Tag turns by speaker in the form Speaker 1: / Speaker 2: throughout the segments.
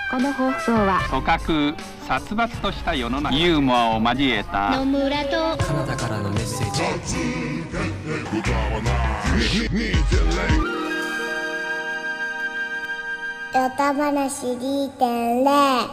Speaker 1: この放送は
Speaker 2: 組閣殺伐とした世の中、ユーモアを交えた
Speaker 1: 野村と
Speaker 3: カナダからのメッセージ。
Speaker 4: ヨタ話2.0。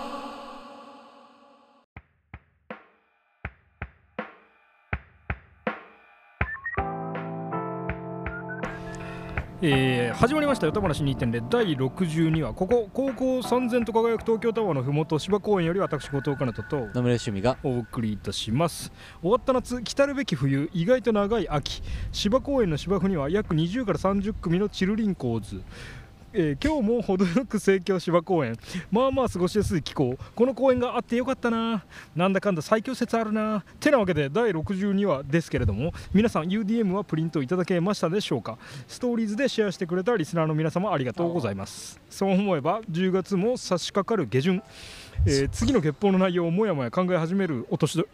Speaker 5: 始まりましたよた話 2.0 第62話。ここ高校三千と輝く東京タワーのふもと芝公園より私後藤かなとと
Speaker 3: 野村趣味が
Speaker 5: お送りいたします。終わった夏、来たるべき冬、意外と長い秋、芝公園の芝生には約20から30組のチルリンコーズ。今日も程よく盛況芝公園、まあまあ過ごしやすい気候、この公園があってよかったな、なんだかんだ最強説あるなてなわけで第62話ですけれども、皆さん UDM はプリントいただけましたでしょうか。ストーリーズでシェアしてくれたリスナーの皆様ありがとうございます。そう思えば10月も差し掛かる下旬、次の月報の内容をもやもや考え始めるお年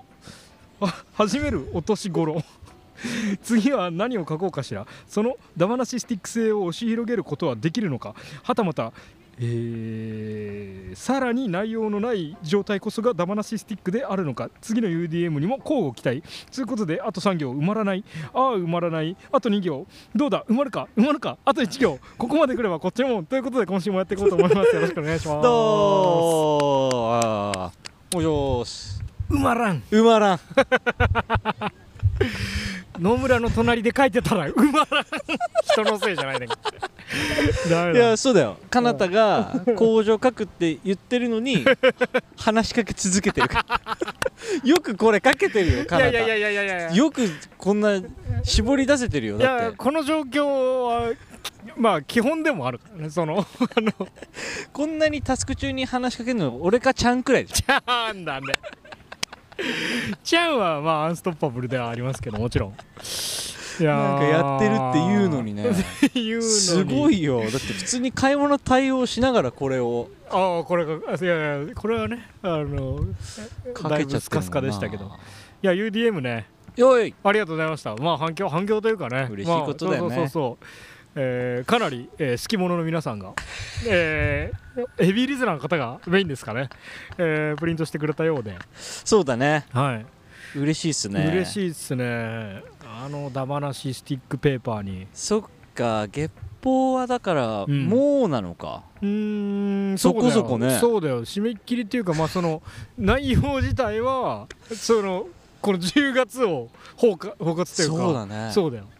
Speaker 5: 頃次は何を書こうかしら。そのダマなしスティック性を押し広げることはできるのか、はたまた、さらに内容のない状態こそがダマなしスティックであるのか。次の UDM にも交互期待ということで、あと3行埋まらない、埋まらない、あと2行どうだ埋まるかあと1行、ここまでくればこっちもということで今週もやっていこうと思います。よろしくお願いします。
Speaker 3: およし
Speaker 5: 埋まらん野村の隣で書いてたら埋まらん人のせいじゃないねんダメだ。
Speaker 3: いやそうだよ、かなたが工場書くって言ってるのに話しかけ続けてるからよくこれ書けてるよかなた。
Speaker 5: いや
Speaker 3: よくこんな絞り出せてるよ。だって
Speaker 5: この状況はまあ基本でもあるからね。
Speaker 3: こんなにタスク中に話しかけるの俺かちゃんくらいでしょ。
Speaker 5: ちゃんだねちゃんはまあアンストッパブルではありますけど、もちろん
Speaker 3: なんかやってるって言うのにねすごいよ。だって普通に買い物対応しながらこれを
Speaker 5: これがこれはねだいぶスカスカでしたけど、いや UDM ね、
Speaker 3: よい
Speaker 5: ありがとうございました。まあ反響というかね、
Speaker 3: 嬉しいことだよね。
Speaker 5: そうかなり、好き者の皆さんが、ヘビーリズナーの方がメインですかね、プリントしてくれたようで。
Speaker 3: そうだね、
Speaker 5: はい、
Speaker 3: 嬉しいっすね。
Speaker 5: 嬉しいっすね。ダマなしスティックペーパーに。
Speaker 3: そっか、月報はだから、もうなのか。そこそこね。
Speaker 5: そうだよ、締め切りっていうか、まあその内容自体はこの10月を包括というか。
Speaker 3: そうだね、
Speaker 5: そうだよ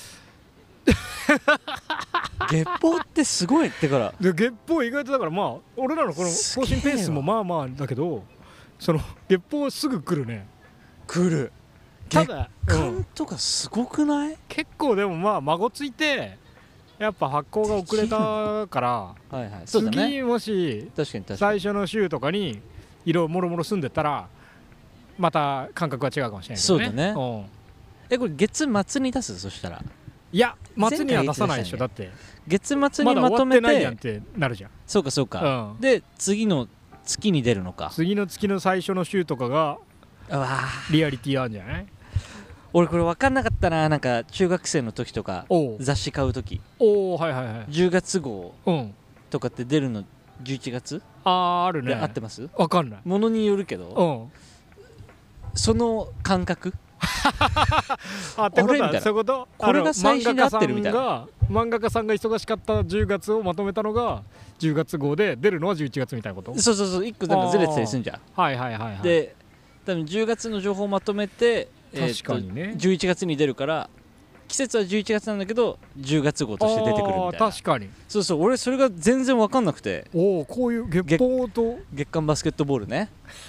Speaker 3: 月報ってすごいってから
Speaker 5: で、月報意外とだから、まあ俺らのこの更新ペースもまあまあだけど、その月報すぐ来るね。
Speaker 3: 来る。
Speaker 5: ただ
Speaker 3: 月間とかすごくない？
Speaker 5: 結構でもまあ孫ついてやっぱ発行が遅れたから
Speaker 3: そうだね、
Speaker 5: 次もし
Speaker 3: 確かに
Speaker 5: 最初の週とかに色もろもろ住んでたらまた感覚は違うかもしれないけどね。
Speaker 3: そうだね、これ月末に出す？そしたら
Speaker 5: いや末には出さないでしょ。だって
Speaker 3: 月末に
Speaker 5: ま
Speaker 3: まとめて
Speaker 5: まだ終わってないやんってなるじゃん。
Speaker 3: そうかそうか、で次の月に出るのか。
Speaker 5: 次の月の最初の週とかがリアリティあるんじゃない？
Speaker 3: 俺これ分かんなかったな。なんか中学生の時とか雑誌買う時、10月号とかって出るの11月？
Speaker 5: あるね。
Speaker 3: 合ってます？
Speaker 5: 分かんない、
Speaker 3: ものによるけど、その感覚
Speaker 5: ってことは、そういうこと。
Speaker 3: これが最新で合ってるみたいな。
Speaker 5: 漫画家さんが忙しかった10月をまとめたのが10月号で、出るのは11月みたいなこと。
Speaker 3: そう1個なんかずれてたりするんじゃん。で多分10月の情報をまとめて、
Speaker 5: 確かにね、
Speaker 3: 11月に出るから、季節は11月なんだけど10月号として出てくるみたいな。
Speaker 5: 確かに
Speaker 3: そう俺それが全然分かんなくて。
Speaker 5: こういう月報と
Speaker 3: 月刊バスケットボールね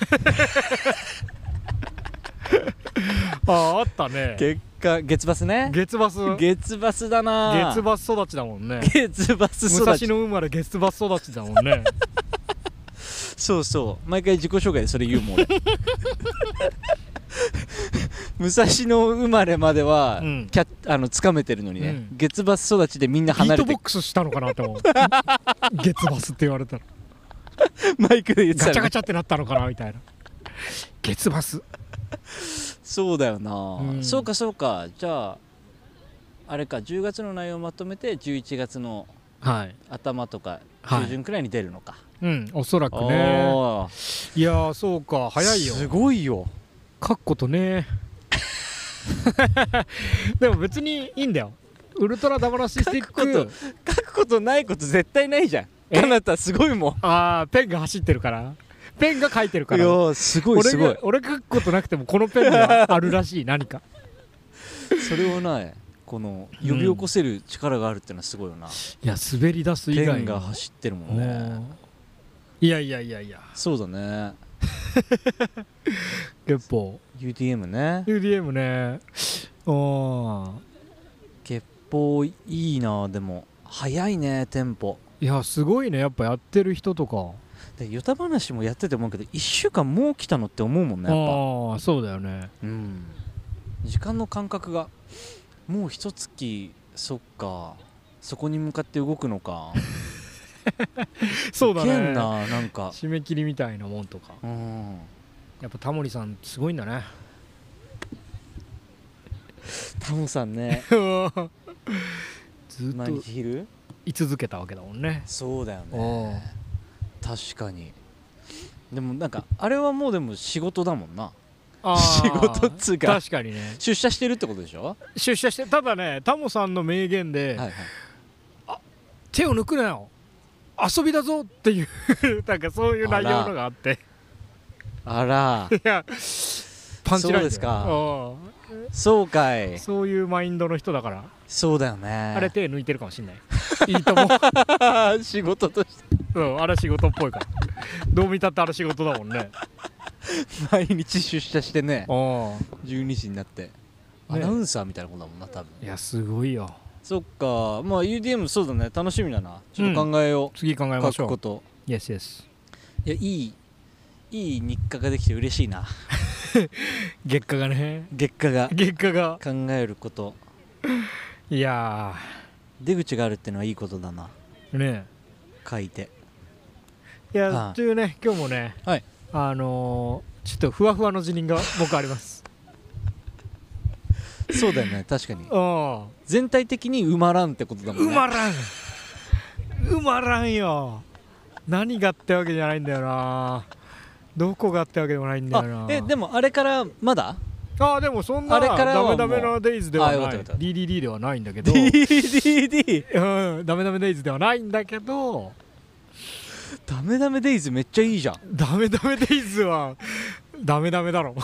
Speaker 5: あったね。
Speaker 3: 月バスね。
Speaker 5: 月バス
Speaker 3: だな。
Speaker 5: 月バス育ちだもんね。
Speaker 3: 月バス育ち、
Speaker 5: 武蔵野生まれ月バス育ちだもんね
Speaker 3: そう毎回自己紹介でそれ言うもん俺武蔵野生まれまではつかめてるのにね、月バス育ちでみんな離れて、
Speaker 5: ビートボックスしたのかなって思う月バスって言われたら
Speaker 3: マイクで言ってたら、
Speaker 5: ガチャガチャってなったのかなみたいな。月バス
Speaker 3: そうだよな、そうかじゃああれか、10月の内容をまとめて11月の頭とか中旬くらいに出るのか。
Speaker 5: おそらくね。いやー、そうか、早いよ。
Speaker 3: すごいよ。
Speaker 5: 書くことね。でも別にいいんだよ。ウルトラダマラシスティック。
Speaker 3: 書くことないこと絶対ないじゃん。あなたすごいもん。
Speaker 5: ああ、ペンが走ってるから。ペンが書いてるから。
Speaker 3: いやすごいすごい。
Speaker 5: 俺書くことなくてもこのペンがあるらしい。何か
Speaker 3: それをね、この呼び起こせる力があるってのはすごいよな。い
Speaker 5: や、滑り出す以外
Speaker 3: ペンが走ってるもんね。
Speaker 5: いや。
Speaker 3: そうだね。
Speaker 5: 結構
Speaker 3: UDM ね。
Speaker 5: UDM ね。
Speaker 3: 結構いいな。でも早いね、テンポ。
Speaker 5: いや、すごいね、やっぱやってる人とか
Speaker 3: で、ヨタ話もやってて思うけど、1週間もう来たのって思うもんね、やっぱ。
Speaker 5: ああ、そうだよね。
Speaker 3: 時間の感覚がもう一月。そっか、そこに向かって動くのか。
Speaker 5: そうだね。
Speaker 3: なんか
Speaker 5: 締め切りみたいなもんとか。やっぱタモリさんすごいんだね。
Speaker 3: タモさんね。
Speaker 5: ずっと
Speaker 3: 毎日昼
Speaker 5: 居続けたわけだもんね。
Speaker 3: そうだよね。確かに。でもなんかあれはもうでも仕事だもんな。仕事っつうか、
Speaker 5: 確かにね。
Speaker 3: 出社してるってことでしょ。
Speaker 5: 出社して。ただね、タモさんの名言で、手を抜くなよ、遊びだぞっていうなんかそういう内容のがあって。
Speaker 3: あら。
Speaker 5: いや、パンチラインです
Speaker 3: か。そうかい。
Speaker 5: そういうマインドの人だから。
Speaker 3: そうだよね。
Speaker 5: あれ手抜いてるかもしんない。いいとも。
Speaker 3: 仕事として。
Speaker 5: あれ仕事っぽいから。どう見たってあれ仕事だもんね。
Speaker 3: 毎日出社してね、12時になってアナウンサーみたいなことだもんな、多分。
Speaker 5: いや、すごいよ。
Speaker 3: そっか。まあ UDM そうだね、楽しみだな。ちょっと考えよう。
Speaker 5: 次考えましょう。
Speaker 3: 書くこと。
Speaker 5: イエスイエス。
Speaker 3: いや、いい日課ができて嬉しいな。
Speaker 5: 月課がね。
Speaker 3: 月課が考えること。
Speaker 5: いや
Speaker 3: 出口があるってのはいいことだな。
Speaker 5: ね。
Speaker 3: 書いて。
Speaker 5: いや、というね、今日もね、ちょっとふわふわの辞任が僕あります。
Speaker 3: そうだよね、確かに。全体的に埋まらんってことだもんね。
Speaker 5: 埋まらんよ。何がってわけじゃないんだよな。どこがってわけでもないんだよな。
Speaker 3: でもあれからまだ。
Speaker 5: でもそんなダメダメなデイズではない。DDD ではないんだけど。DDD。ダメダメデイズではないんだけど。
Speaker 3: ダメダメデイズめっちゃいいじゃん。
Speaker 5: ダメダメデイズはダメダメだろ。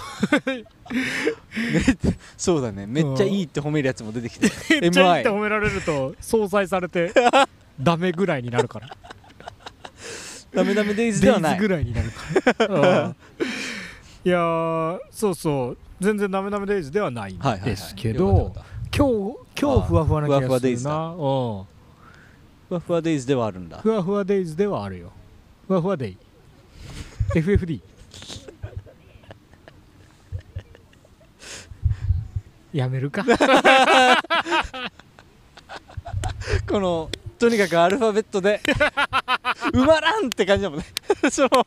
Speaker 3: そうだね、めっちゃいいって褒めるやつも出てきて。
Speaker 5: めっちゃいいって褒められると相殺されてダメぐらいになるから。
Speaker 3: ダメダメデイズではない。
Speaker 5: デイズぐらいになるから。いや、そうそう、全然ダメダメデイズではないんですけど、今日ふわふわな気がするな。
Speaker 3: ふわふわデイズではあるんだ。
Speaker 5: ふわふわデイズではあるよ。ふわふわデイ FFD。 やめるか。
Speaker 3: このとにかくアルファベットで埋まらんって感じだもんね。その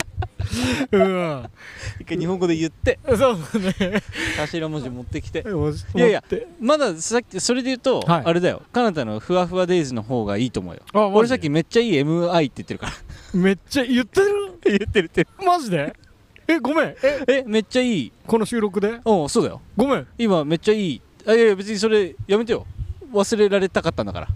Speaker 3: 一回日本語で言って、
Speaker 5: そうね、
Speaker 3: 頭文字持ってきて。いやいや、まださっきそれで言うとあれだよ、カナタのふわふわデイズの方がいいと思うよ。俺さっきめっちゃいい MI って言ってるから。めっちゃ言ってる。言ってる。マジで？ごめん。めっちゃいい。この収録で？そうだよ。ごめん。今めっちゃいい。いやいや、別にそれやめてよ。忘れられたかったんだから。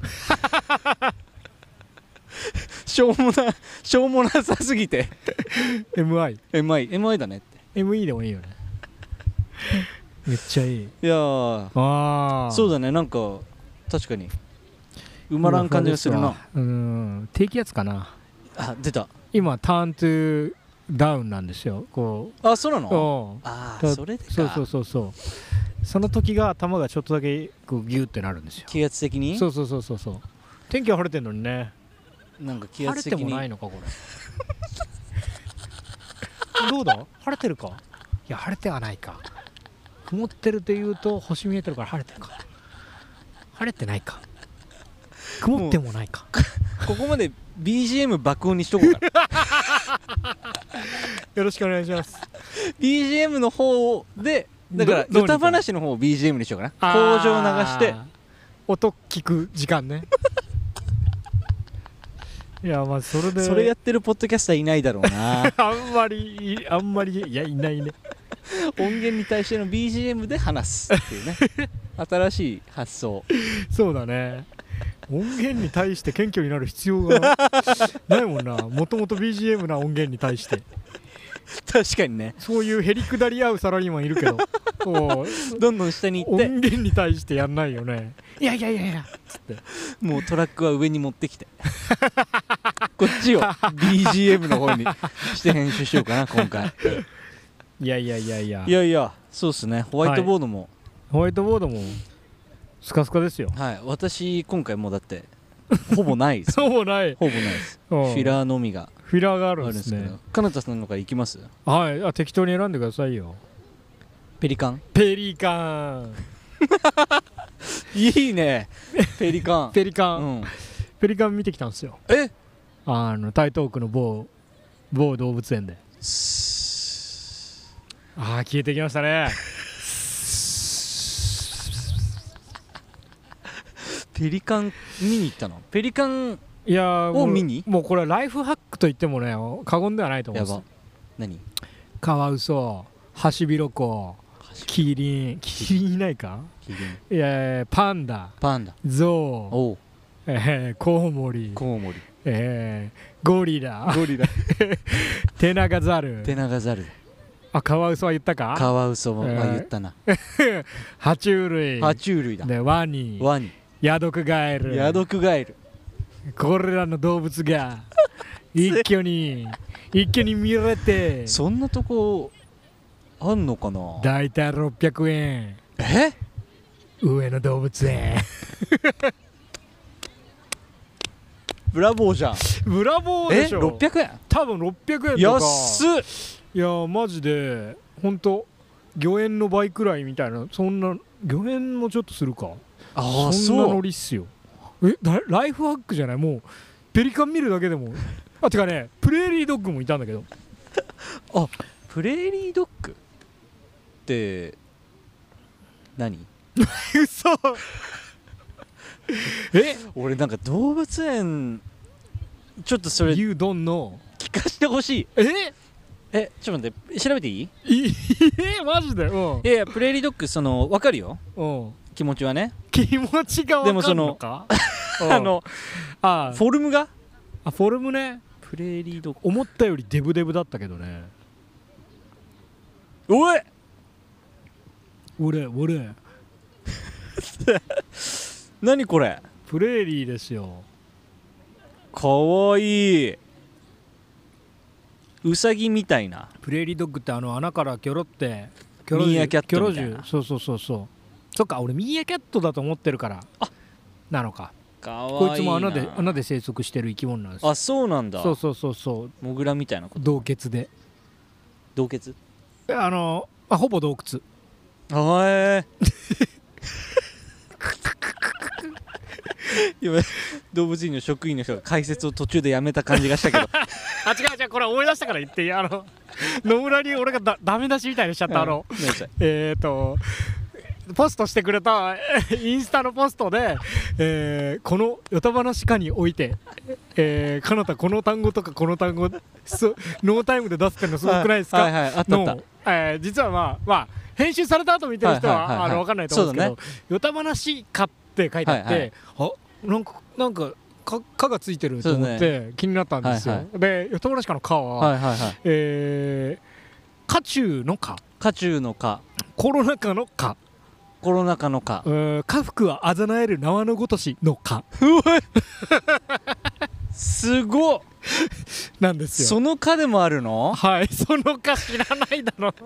Speaker 3: しょうもなさすぎて。MI だねって。ME でもいいよね。めっちゃいい。いやー、そうだね、なんか確かに埋まらん感じがするな。低気圧かな。出た。今ターントゥダウンなんですよ。こう。そうなの。それでか。そうその時が頭がちょっとだけこうギュッてなるんですよ。気圧的に。そう。天気は晴れてんのにね。なんか気圧的に晴れてもないのかこれ。どうだ？晴れてるか？いや、晴れてはないか。曇ってるというと星見えてるから晴れてるか。晴れてないか。曇ってもないか。ここまで BGM 爆音にしとこうかな。よろしくお願いします。BGM の方で、だから歌話の方を BGM にしようかな。工場流して音聞く時間ね。
Speaker 5: いやまあそれで
Speaker 3: それやってるポッドキャスターいないだろうな
Speaker 5: あんまりいやいないね。
Speaker 3: 音源に対しての BGM で話すっていうね新しい発想。
Speaker 5: そうだね。音源に対して謙虚になる必要がないもんな。もともと BGM な音源に対して
Speaker 3: 確かにね。
Speaker 5: そういうへりくだり合うサラリーマンいるけどこう
Speaker 3: どんどん下に行って
Speaker 5: 音源に対してやんないよね。いやいやいやいやつって
Speaker 3: もうトラックは上に持ってきてこっちを BGM の方にして編集しようかな今回。
Speaker 5: いやいやいやいや
Speaker 3: いやいや、そうっすね。ホワイトボードも、
Speaker 5: ホワイトボードもスカスカですよ。
Speaker 3: はい、私今回もうだってほぼないです
Speaker 5: そうない。
Speaker 3: ほぼないです。フィラーのみが
Speaker 5: フィラーがあ
Speaker 3: あ
Speaker 5: るんでね
Speaker 3: るんですすけど。かなたさんのからいきます？
Speaker 5: はい。適当に選んでくださいよ。
Speaker 3: ペリカン。
Speaker 5: ペリカン
Speaker 3: いいねペリカン。
Speaker 5: ペリカン、
Speaker 3: うん、
Speaker 5: ペリカン見てきたんですよ。
Speaker 3: え、
Speaker 5: 台東区の某動物園で。消えてきましたね
Speaker 3: ペリカン見に行ったの？ペリカン
Speaker 5: いや
Speaker 3: を見に？
Speaker 5: もうこれはライフハックと言ってもね過言ではないと思うんです。
Speaker 3: やば。何？
Speaker 5: カワウソ、ハシビロコウ、キリンいないか？
Speaker 3: キリン。
Speaker 5: パンダ、ゾ
Speaker 3: おう、
Speaker 5: ウ、コウモリ、
Speaker 3: コウモリ、
Speaker 5: ゴリラ、テナガザル、カワウソは言ったか？
Speaker 3: カワウソは言ったな。
Speaker 5: 爬虫類
Speaker 3: だ。
Speaker 5: でワニ、ヤドクガエル、これらの動物が一挙に見れて、
Speaker 3: そんなとこあんのかな？
Speaker 5: だいたい600円。上野動物園
Speaker 3: ブラボーじゃん。
Speaker 5: ブラボーでしょ。
Speaker 3: 600円？
Speaker 5: 多分600円とか。
Speaker 3: 安っ。
Speaker 5: いやマジでほんと御苑の倍くらいみたいな。そんな御苑もちょっとするか。そんなノリっすよ。ライフハックじゃない。もうペリカン見るだけでもてかね、プレーリードッグもいたんだけど
Speaker 3: プレーリードッグって何？
Speaker 5: 嘘
Speaker 3: 俺なんか動物園ちょっとそれ
Speaker 5: You don't know
Speaker 3: 聞かせてほしい。ちょっと待って、調べていい？
Speaker 5: マジで？
Speaker 3: いやプレーリードッグその分かるよ、気持ちはね。
Speaker 5: 気持ちが分かるのか？
Speaker 3: フォルムが？
Speaker 5: フォルムね。
Speaker 3: プレーリードッグ
Speaker 5: 思ったよりデブデブだったけどね。
Speaker 3: おい
Speaker 5: 俺
Speaker 3: 何これ？
Speaker 5: プレーリーですよ。
Speaker 3: かわいい。ウサギみたいな。
Speaker 5: プレーリードッグって穴からキョロって
Speaker 3: ミーアキャットみたいな。
Speaker 5: そうそっか、俺ミーアキャットだと思ってるからなのか。
Speaker 3: かわいいな。
Speaker 5: こいつも穴で生息してる生き物なんですよ。
Speaker 3: あ、そうなんだ。
Speaker 5: そう
Speaker 3: モグラみたいなこと。
Speaker 5: 洞穴で。
Speaker 3: 洞窟？
Speaker 5: ほぼ洞窟。
Speaker 3: 今動物園の職員の人が解説を途中でやめた感じがしたけど
Speaker 5: 違うこれ思い出したから言っていい？野村に俺がダメ出しみたいにしちゃったポストしてくれたインスタのポストで、このヨタ話化において、かなたこの単語とかこの単語ノータイムで出すってのすごくないですか？実はまあ編集された後見てる人は分かんないと思うんですけど、ヨタ話化って書いてあって、なんか「がついてると思って気になったんですよ。でヨタ話化の「か」は渦中の「か」、コロナ禍の「か」、家福はあざなえる縄のごとしのか
Speaker 3: すごっ
Speaker 5: なんですよ。
Speaker 3: そのかでもあるの？
Speaker 5: はい、そのか知らないだろ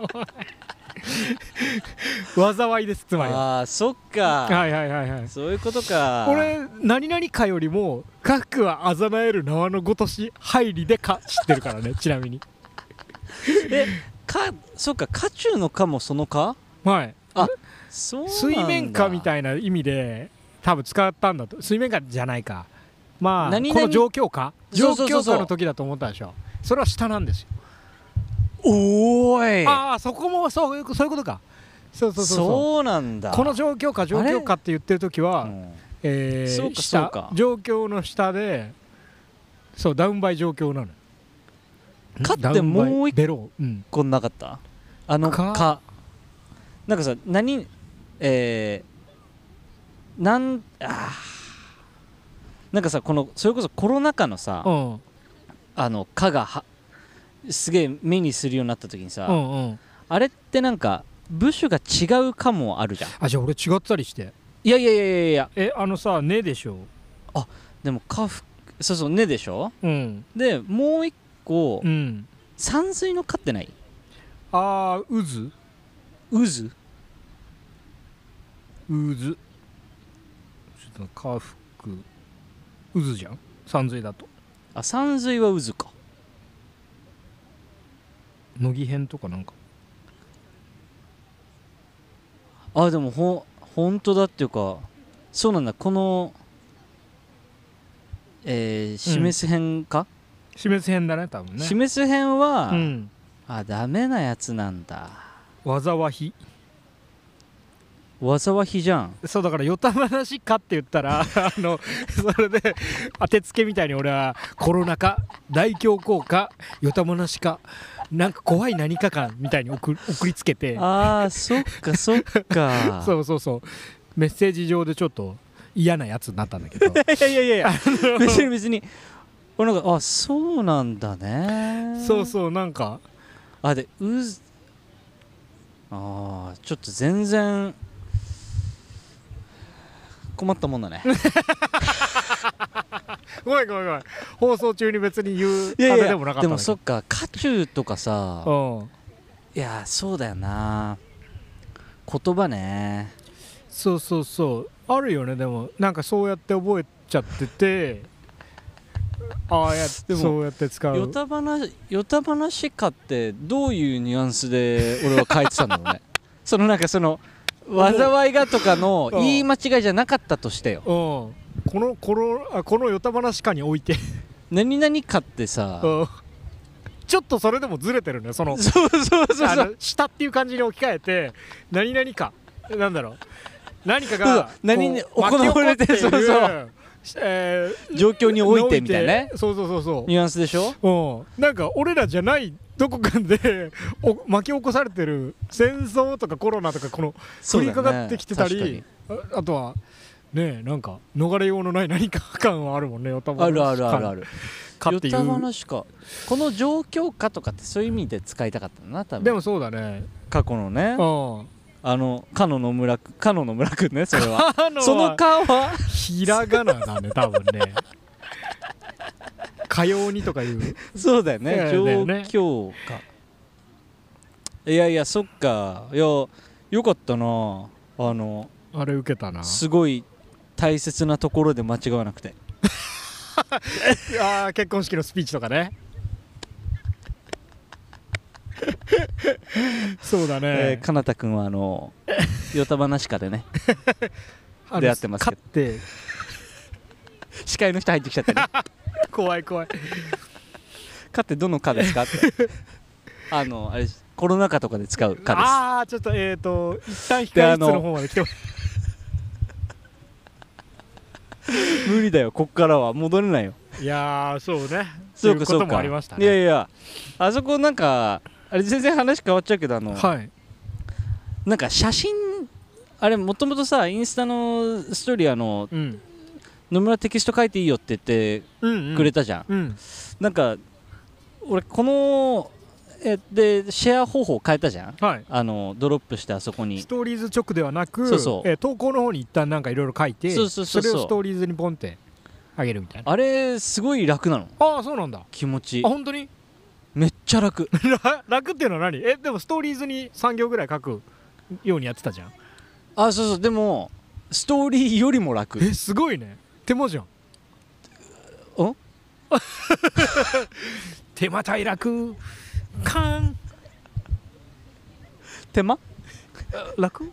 Speaker 5: 災いです、つまり。
Speaker 3: ああ、そっか。
Speaker 5: はい
Speaker 3: そういうことか。
Speaker 5: 俺何々かよりも家福はあざなえる縄のごとし入りでか知ってるからねちなみに
Speaker 3: そっか、渦中のかもそのか？
Speaker 5: はい。
Speaker 3: そうなんだ。
Speaker 5: 水面下みたいな意味で多分使ったんだと。水面下じゃないか、まあこの状況下の時だと思ったでしょ。それは下なんですよ。
Speaker 3: おーい。
Speaker 5: そこもそういうことか。
Speaker 3: そうなんだ。
Speaker 5: この状況下って言ってる時は、
Speaker 3: そうか
Speaker 5: 状況の下でそうダウンバイ状況なの。
Speaker 3: かってもう一
Speaker 5: ベロ、
Speaker 3: 個なかった？なんかさなんかさそれこそコロナ禍のさ、蚊がすげえ目にするようになった時にさ、あれってなんか部首が違う蚊もあるじゃん。
Speaker 5: じゃあ俺違ったりして。
Speaker 3: いや
Speaker 5: さねでしょ。
Speaker 3: でもそうそうねでしょ。でもう一個山水の蚊ってない？
Speaker 5: 渦ちょっと下腹渦じゃん山水だと。
Speaker 3: 山水は渦か。
Speaker 5: 乃木編とかなんか。
Speaker 3: でも本当だっていうかそうなんだ。この示す編か、
Speaker 5: 示す編だね多分ね。
Speaker 3: 示す編は、ダメなやつなんだ。
Speaker 5: 災
Speaker 3: いじゃん。
Speaker 5: そうだからよた話かって言ったらそれで当てつけみたいに俺はコロナ禍大凶行かよた話かなんか怖い何かかみたいに送りつけて。
Speaker 3: そっかそう
Speaker 5: メッセージ上でちょっと嫌なやつになったんだけど。
Speaker 3: いや別に俺なんかそうなんだね。
Speaker 5: そうなんか
Speaker 3: でちょっと全然困ったもんだね。
Speaker 5: ごめん放送中に別に言うあれでもなかったんだけど。
Speaker 3: でもそっか渦中とかさ、いやそうだよな言葉ね。
Speaker 5: そうあるよね。でもなんかそうやって覚えちゃっててそうやって使う。
Speaker 3: よた話かってどういうニュアンスで俺は書いてたんだろうね。なんか災いがとかの言い間違いじゃなかったとしてよ。
Speaker 5: このよた話かにおいて
Speaker 3: 何々かってさ、
Speaker 5: ちょっとそれでもずれてるね。そう下っていう感じに置き換えて何々かなんだろう何かが
Speaker 3: 何に行われてる状況においてみたいなね。
Speaker 5: そう
Speaker 3: ニュアンスでしょ。
Speaker 5: なんか俺らじゃないどこかで巻き起こされてる戦争とかコロナとか降りかかってきてたり、あとはねなんか逃れようのない何か感はあるもんね。よた話
Speaker 3: ある
Speaker 5: かっていう。
Speaker 3: よた話かこの状況かとかってそういう意味で使いたかったな多分。
Speaker 5: でもそうだね
Speaker 3: 過去のねかの野村くんねそれは。その顔は
Speaker 5: ひらがなだね多分ね。かようにとかいう
Speaker 3: そうだよね状況か。いやそっか。よかったな
Speaker 5: あれ受けたな。
Speaker 3: すごい大切なところで間違わなくて。
Speaker 5: 結婚式のスピーチとかね。そうだね。
Speaker 3: かなたくんはよた話かでね出会ってますけど司会の人入ってきちゃってね。
Speaker 5: 怖い
Speaker 3: かってどのかですかってあれコロナ禍とかで使うか
Speaker 5: です。ちょっと一旦控え室の方まで来て
Speaker 3: 無理だよこっからは戻れないよ。
Speaker 5: いやそうね。
Speaker 3: そう
Speaker 5: いうこともありましたね。
Speaker 3: いやあそこなんかあれ全然話変わっちゃうけどなんか写真あれもともとさインスタのストーリー野村テキスト書いていいよって言ってくれたじゃん。なんか俺このでシェア方法を変えたじゃん。ドロップしてあそこに
Speaker 5: ストーリーズ直ではなく投稿の方に一旦なんかいろいろ書いてそれをストーリーズにポンってあげるみたいな。
Speaker 3: あれすごい楽なの。
Speaker 5: そうなんだ。
Speaker 3: 気持ち
Speaker 5: 本当に
Speaker 3: めっちゃ楽。
Speaker 5: 楽っていうのは何？でもストーリーズに3行ぐらい書くようにやってたじゃん。
Speaker 3: そうでもストーリーよりも楽。
Speaker 5: すごいね。手間じゃん。手間対楽かん。
Speaker 3: 手間
Speaker 5: 楽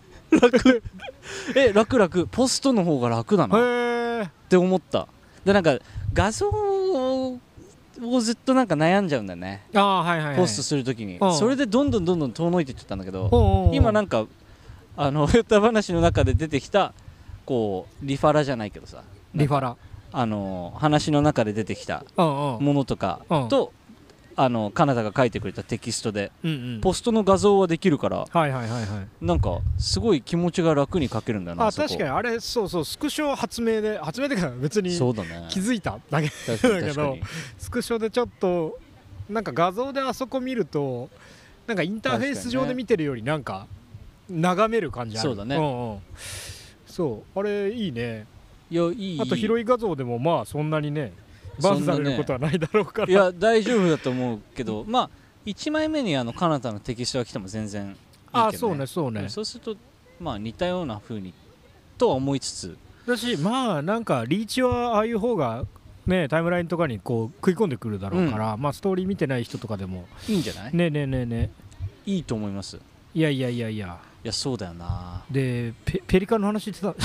Speaker 3: 楽ポストの方が楽だなって思った。でなんか画像をずっとなんか悩んじゃうんだよね。ポストするときにそれでどんどん遠のいていっちゃったんだけど、今なんかよた話の中で出てきたリファラじゃないけどさ、
Speaker 5: リファラ
Speaker 3: 話の中で出てきたものとかとカナダが書いてくれたテキストでポストの画像はできるからなんかすごい気持ちが楽に書けるんだな。
Speaker 5: 確かにあれそうそうスクショ発明でか別に気づいただけだけどスクショでちょっとなんか画像であそこ見るとなんかインターフェース上で見てるよりなんか眺める感じある。
Speaker 3: そうだね。
Speaker 5: そうあれいいね。
Speaker 3: いやいい。
Speaker 5: あと広い画像でもまあそんなにねバンされることはないだろうから、
Speaker 3: いや大丈夫だと思うけどまあ1枚目にカナダのテキストが来ても全然いいけどね。
Speaker 5: そうねそうね。
Speaker 3: そうするとまあ似たような風にとは思いつつ
Speaker 5: だしまあなんかリーチはああいう方がねタイムラインとかにこう食い込んでくるだろうから、まあストーリー見てない人とかでも
Speaker 3: いいんじゃない？
Speaker 5: ね
Speaker 3: いいと思います。
Speaker 5: いや
Speaker 3: そうだよな。
Speaker 5: でペリカンの話してたんだっ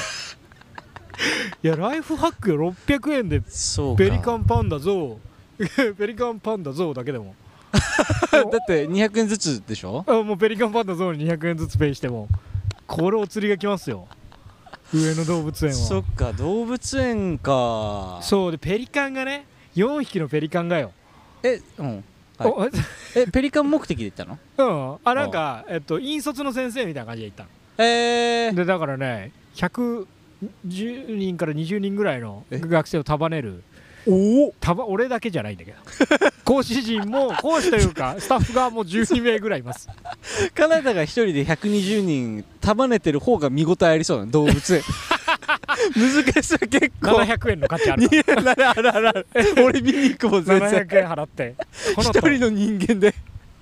Speaker 5: けいやライフハックよ600円でペリカンパンダゾウペリカンパンダゾウだけでも
Speaker 3: だって200円ずつでしょ。
Speaker 5: もうペリカンパンダゾウに200円ずつペイしてもこれお釣りが来ますよ上野動物園は。
Speaker 3: そっか動物園か。
Speaker 5: そうでペリカンがね4匹のペリカンがよ
Speaker 3: ペリカン目的で行ったの？
Speaker 5: なんか引率の先生みたいな感じで行ったの。でだからね110人から20人ぐらいの学生を束ねる。俺だけじゃないんだけど講師陣も講師というかスタッフがもう12名ぐらいいます。
Speaker 3: カナダが1人で120人束ねてる方が見応えありそうな動物園難しさ結構
Speaker 5: 700円の価値ある
Speaker 3: ある俺見に行くもん全然
Speaker 5: 700円払って
Speaker 3: 1人の人間で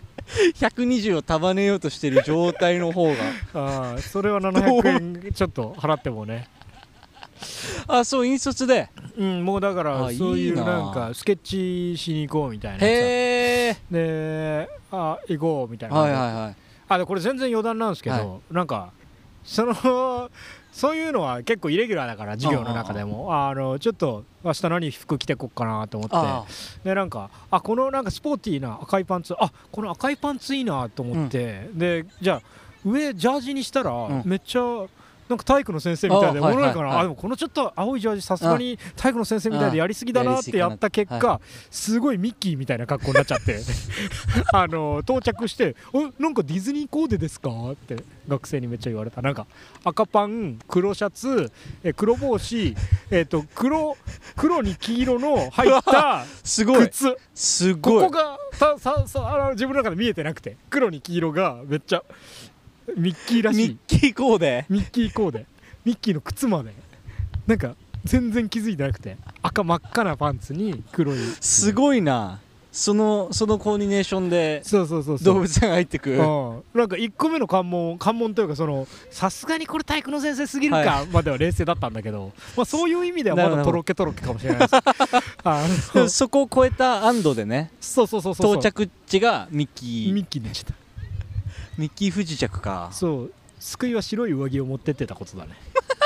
Speaker 3: 120を束ねようとしてる状態の方が
Speaker 5: それは700円ちょっと払ってもね
Speaker 3: そう引率で
Speaker 5: もうだからそういうなんかスケッチしに行こうみたいなで行こうみたいなでこれ全然余談なんですけどなんかそういうのは結構イレギュラーだから授業の中でもちょっと明日何服着てこっかなと思ってでなんかこのなんかスポーティーな赤いパンツこの赤いパンツいいなと思ってでじゃあ上ジャージにしたらめっちゃなんか体育の先生みたいでおもろいかな。でもこのちょっと青いジャージさすがに体育の先生みたいでやりすぎだなってやった結果すごいミッキーみたいな格好になっちゃって到着してなんかディズニーコーデですかって学生にめっちゃ言われた。なんか赤パン黒シャツ黒帽子黒に黄色の入った靴
Speaker 3: すごい
Speaker 5: ここが自分の中で見えてなくて黒に黄色がめっちゃミッキーらしい。
Speaker 3: ミッキーコーデ
Speaker 5: ミッキーの靴までなんか全然気づいてなくて真っ赤なパンツに黒い
Speaker 3: すごいなそのコーディネーションで動物園が入ってく
Speaker 5: なんか1個目の関門というかさすがにこれ体育の先生すぎるかまでは冷静だったんだけどそういう意味ではまだとろけかもしれないです
Speaker 3: そこを超えた安堵でね到着地がミッキー
Speaker 5: でした
Speaker 3: ミッキー不時着か。
Speaker 5: そう救いは白い上着を持ってってたことだね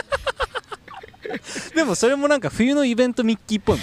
Speaker 3: でもそれもなんか冬のイベントミッキーっぽいもん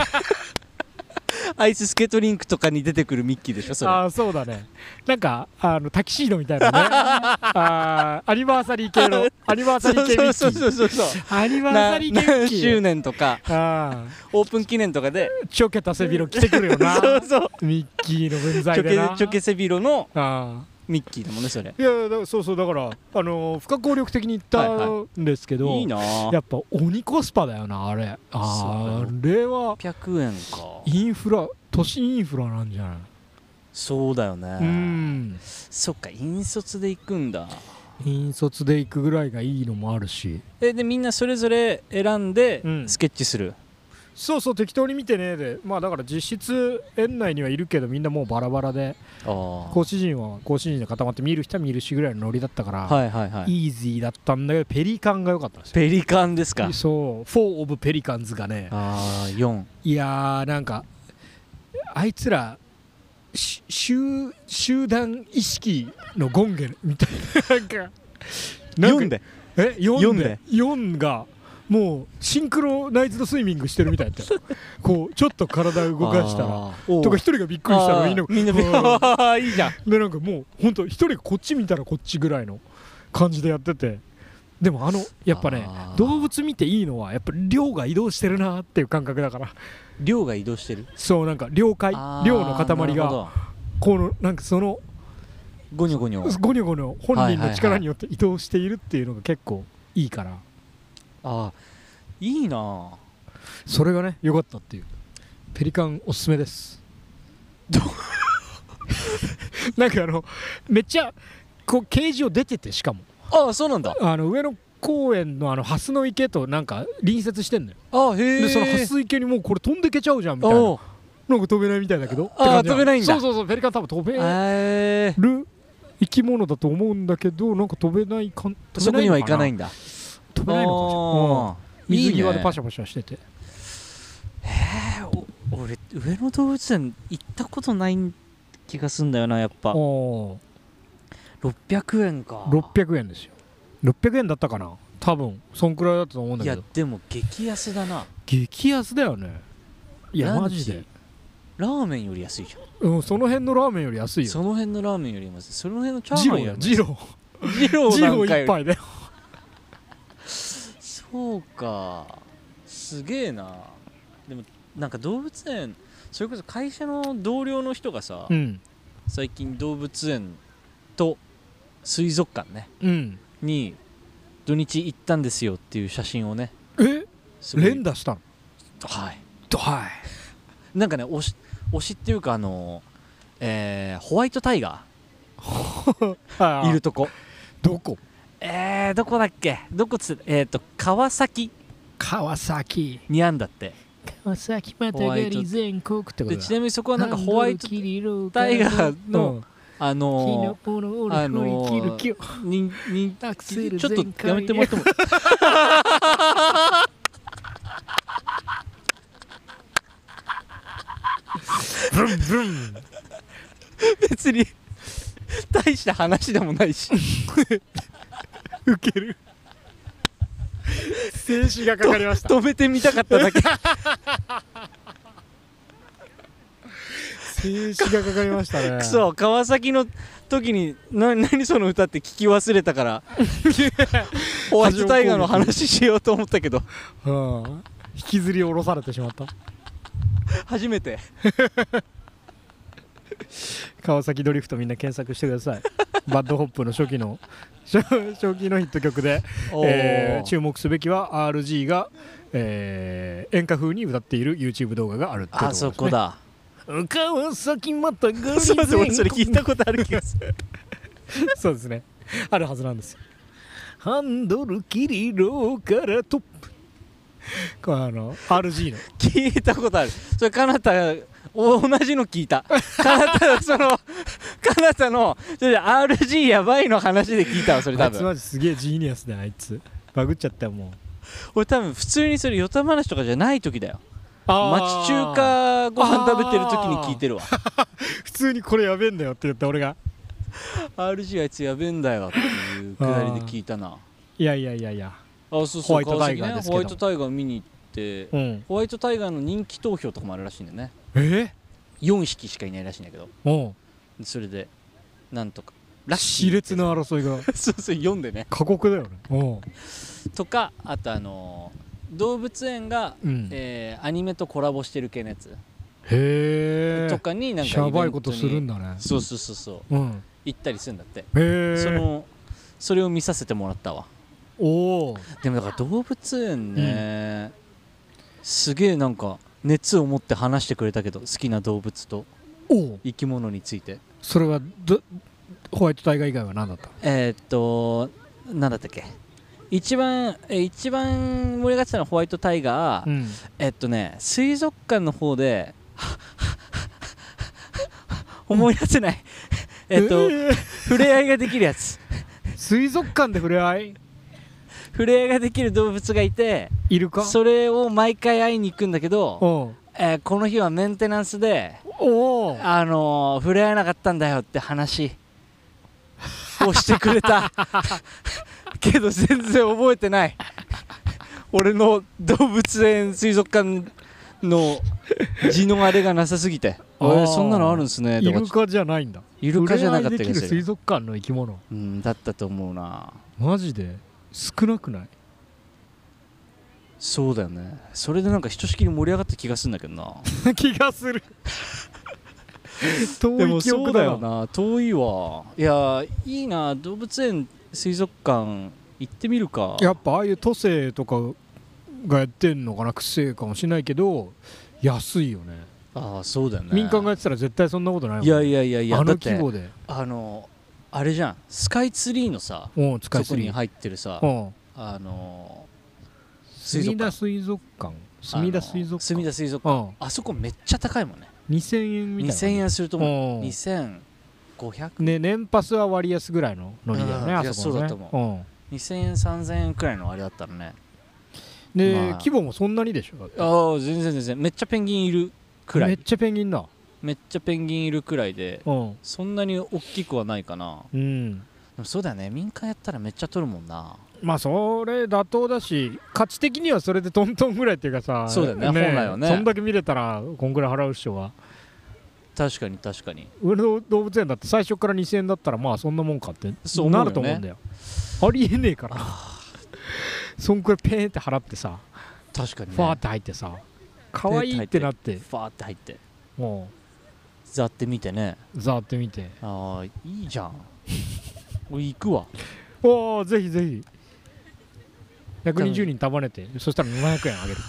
Speaker 3: アイススケートリンクとかに出てくるミッキーでしょそれ。
Speaker 5: そうだねなんかタキシードみたいなねアニバーサリー系ミッキー
Speaker 3: そう
Speaker 5: アニバーサリー系ミッキー
Speaker 3: 何周年とかオープン記念とかで
Speaker 5: チョケタセビロ着てくるよなミッキーの分際でな
Speaker 3: チョケセビロのミッキーだもんねそれ。
Speaker 5: いやそうだから不可抗力的に言ったんですけど、
Speaker 3: いいな
Speaker 5: やっぱ鬼コスパだよなあれ。れは
Speaker 3: 600円か
Speaker 5: 都市インフラなんじゃない。
Speaker 3: そうだよね。そっか引率で行くんだ。
Speaker 5: 引率で行くぐらいがいいのもあるし
Speaker 3: でみんなそれぞれ選んでスケッチする。
Speaker 5: そう適当に見てねでだから実質園内にはいるけどみんなもうバラバラで講師陣で固まって見る人は見るしぐらいのノリだったからイージーだったんだけどペリカンが良かったんですよ。
Speaker 3: ペリカンですか。
Speaker 5: そうフォー・オブ・ペリカンズがね
Speaker 3: 4
Speaker 5: いやなんかあいつら集団意識の権限みたいな
Speaker 3: 4で
Speaker 5: 4がもうシンクロナイズドスイミングしてるみたいだったよこうちょっと体動かしたらとか一人がびっくりしたらみんな
Speaker 3: みんないいじゃん
Speaker 5: でなんかもうほんと一人がこっち見たらこっちぐらいの感じでやっててでもやっぱね動物見ていいのはやっぱ量が移動してるなっていう感覚だから。
Speaker 3: 量が移動してる。
Speaker 5: そうなんか量の塊がこのなんかその
Speaker 3: ゴニョゴニョ
Speaker 5: ゴニョゴニョ本人の力によって移動しているっていうのが結構いいから。
Speaker 3: ああいいな。
Speaker 5: それがね良かったっていう。ペリカンおすすめです。なんかめっちゃこうケージを出てて、しかも
Speaker 3: そうなんだ。
Speaker 5: 上野公園の蓮の池となんか隣接してんのよ。
Speaker 3: へえ。
Speaker 5: でその蓮池にもうこれ飛んでけちゃうじゃんみたいな。なんか飛べないみたいだけど。
Speaker 3: 飛べないんだ。
Speaker 5: そうペリカン多分飛べる生き物だと思うんだけど、なんか飛べないか。
Speaker 3: そこには行かないんだ。
Speaker 5: 飛べないのかしら。水際でパシャパシャしてて。
Speaker 3: 俺上野動物園行ったことない気がすんだよな。やっぱ600円か。
Speaker 5: 600円ですよ。600円だったかな多分。そんくらいだったと思うんだけど。
Speaker 3: いやでも激安だな。
Speaker 5: 激安だよね。いやマジで
Speaker 3: ラーメンより安いじゃん。
Speaker 5: その辺のラーメンより安いよ。
Speaker 3: その辺のラーメンより安い。その辺のチャーハンより
Speaker 5: ジロー一杯だよ。
Speaker 3: そうかすげえな。でもなんか動物園、それこそ会社の同僚の人がさ、最近動物園と水族館ね、に土日行ったんですよっていう写真をね。
Speaker 5: 連打したの。
Speaker 3: はいなんかね推しっていうかホワイトタイガーいるとこ。
Speaker 5: どこ
Speaker 3: どこだっけ。どこつ川崎にあんだって。
Speaker 5: 川崎またがり全国ってことだ。
Speaker 3: ちなみにそこはなんかホワイトタイガーのちょっとやめてもらっても
Speaker 5: ブンブン
Speaker 3: 別に大した話でもないし
Speaker 5: ウケる。静止がかかりました。
Speaker 3: 止めてみたかっただけ。
Speaker 5: 静止がかかりましたね。
Speaker 3: くそ川崎の時に何その歌って聞き忘れたからホワイトタイガーの話しようと思ったけど
Speaker 5: 引きずり下ろされてしまった。
Speaker 3: 初めて。
Speaker 5: 川崎ドリフトみんな検索してください。バッドホップの初期のヒット曲で、注目すべきは RG が、演歌風に歌っている YouTube 動画があるってことですね。
Speaker 3: そこだ。
Speaker 5: 川崎またがり
Speaker 3: そうです。俺それ聞いたことある気がする。
Speaker 5: そうですね。あるはずなんですよ。ハンドル切りろからトップ。これRG の
Speaker 3: 聞いたことある。それかなた同じの聞いた。かなたのそれ RG やばいの話で聞いたわ。それ多分
Speaker 5: あいつマジすげえジーニアスだよ。あいつバグっちゃったよ。もう
Speaker 3: 俺多分普通にそれヨタ話とかじゃない時だよ。町中華ご飯食べてる時に聞いてるわ。
Speaker 5: 普通にこれやべえんだよって言った俺が。
Speaker 3: RG あいつやべえんだよっていうくだりで聞いたな。
Speaker 5: いや
Speaker 3: そう
Speaker 5: ホワイトタイガーですけど、
Speaker 3: ホワイトタイガー見に行って、ホワイトタイガーの人気投票とかもあるらしいんだよね。4匹しかいないらしいんだけど、それでなんとか
Speaker 5: ラッキー熾烈な争いが
Speaker 3: そう4でね
Speaker 5: 過酷だよね。
Speaker 3: とかあと動物園が、アニメとコラボしてる系のやつとかになんか
Speaker 5: やばいことするんだね。
Speaker 3: そう、行ったりするんだって。それを見させてもらったわ。でもだから動物園ね、すげえなんか熱を持って話してくれたけど、好きな動物と生き物について。
Speaker 5: それはホワイトタイガー以外は何だった？
Speaker 3: 何だったっけ。一番盛り上がってたのはホワイトタイガー、水族館の方で思い出せない触れ合いができるやつ。
Speaker 5: 水族館で触れ合い
Speaker 3: ができる動物がいて、
Speaker 5: いるか。
Speaker 3: それを毎回会いに行くんだけど、この日はメンテナンスで触れ合えなかったんだよって話をしてくれたけど全然覚えてない。俺の動物園水族館の字のあれがなさすぎてそんなのあるんすね。
Speaker 5: イルカじゃないんだ。
Speaker 3: イルカじゃなかった
Speaker 5: 気がする。水族館の生き物
Speaker 3: だったと思うな。
Speaker 5: マジで少なくない？
Speaker 3: そうだよね。それでなんかひとしきり盛り上がった気がするんだけどな
Speaker 5: 気がする遠い記憶だよな。
Speaker 3: 遠いわ。いやいいな、動物園水族館行ってみるか。
Speaker 5: やっぱああいう都政とかがやってんのかな、くせえかもしれないけど安いよね。
Speaker 3: ああそうだよね。
Speaker 5: 民間がやってたら絶対そんなことないもん。
Speaker 3: いやいやいやいや、
Speaker 5: あの規模で
Speaker 3: あれじゃん、スカイツリーのさ、そこに入ってるさ、
Speaker 5: すみだ水族館、すみだ水族館、
Speaker 3: あそこめっちゃ高いもんね。
Speaker 5: 2000円みたいな。
Speaker 3: 2000円すると思う。2500
Speaker 5: ね、年パスは割安ぐらいのノリだよね、あそこね。
Speaker 3: そうだと思う。2000円3000円くらいのあれだったらね。
Speaker 5: で、規模もそんなにでしょ。
Speaker 3: ああ全然めっちゃペンギンいるくらい。
Speaker 5: めっちゃペンギンだ。
Speaker 3: めっちゃペンギンいるくらいで、そんなに大きくはないかな。でもそうだよね、民間やったらめっちゃ取るもんな。
Speaker 5: まあそれ妥当だし、価値的にはそれでトントンぐらいっていうかさ。
Speaker 3: そうだよね、本来はね。
Speaker 5: そんだけ見れたらこんぐらい払う人は。
Speaker 3: 確かに確かに。
Speaker 5: 上野動物園だって最初から2000円だったらまあそんなもんかってなると思うんだよ。ありえねえからそんくらいペーンって払ってさ、
Speaker 3: 確かにね、
Speaker 5: ファーって入ってさ、可愛いってなって、
Speaker 3: ファーって入って、
Speaker 5: もう
Speaker 3: ざってみてね。
Speaker 5: ざってみて、
Speaker 3: ああいいじゃん俺行くわ。
Speaker 5: おお、ぜひぜひ。120人束ねて、そしたら700円あげる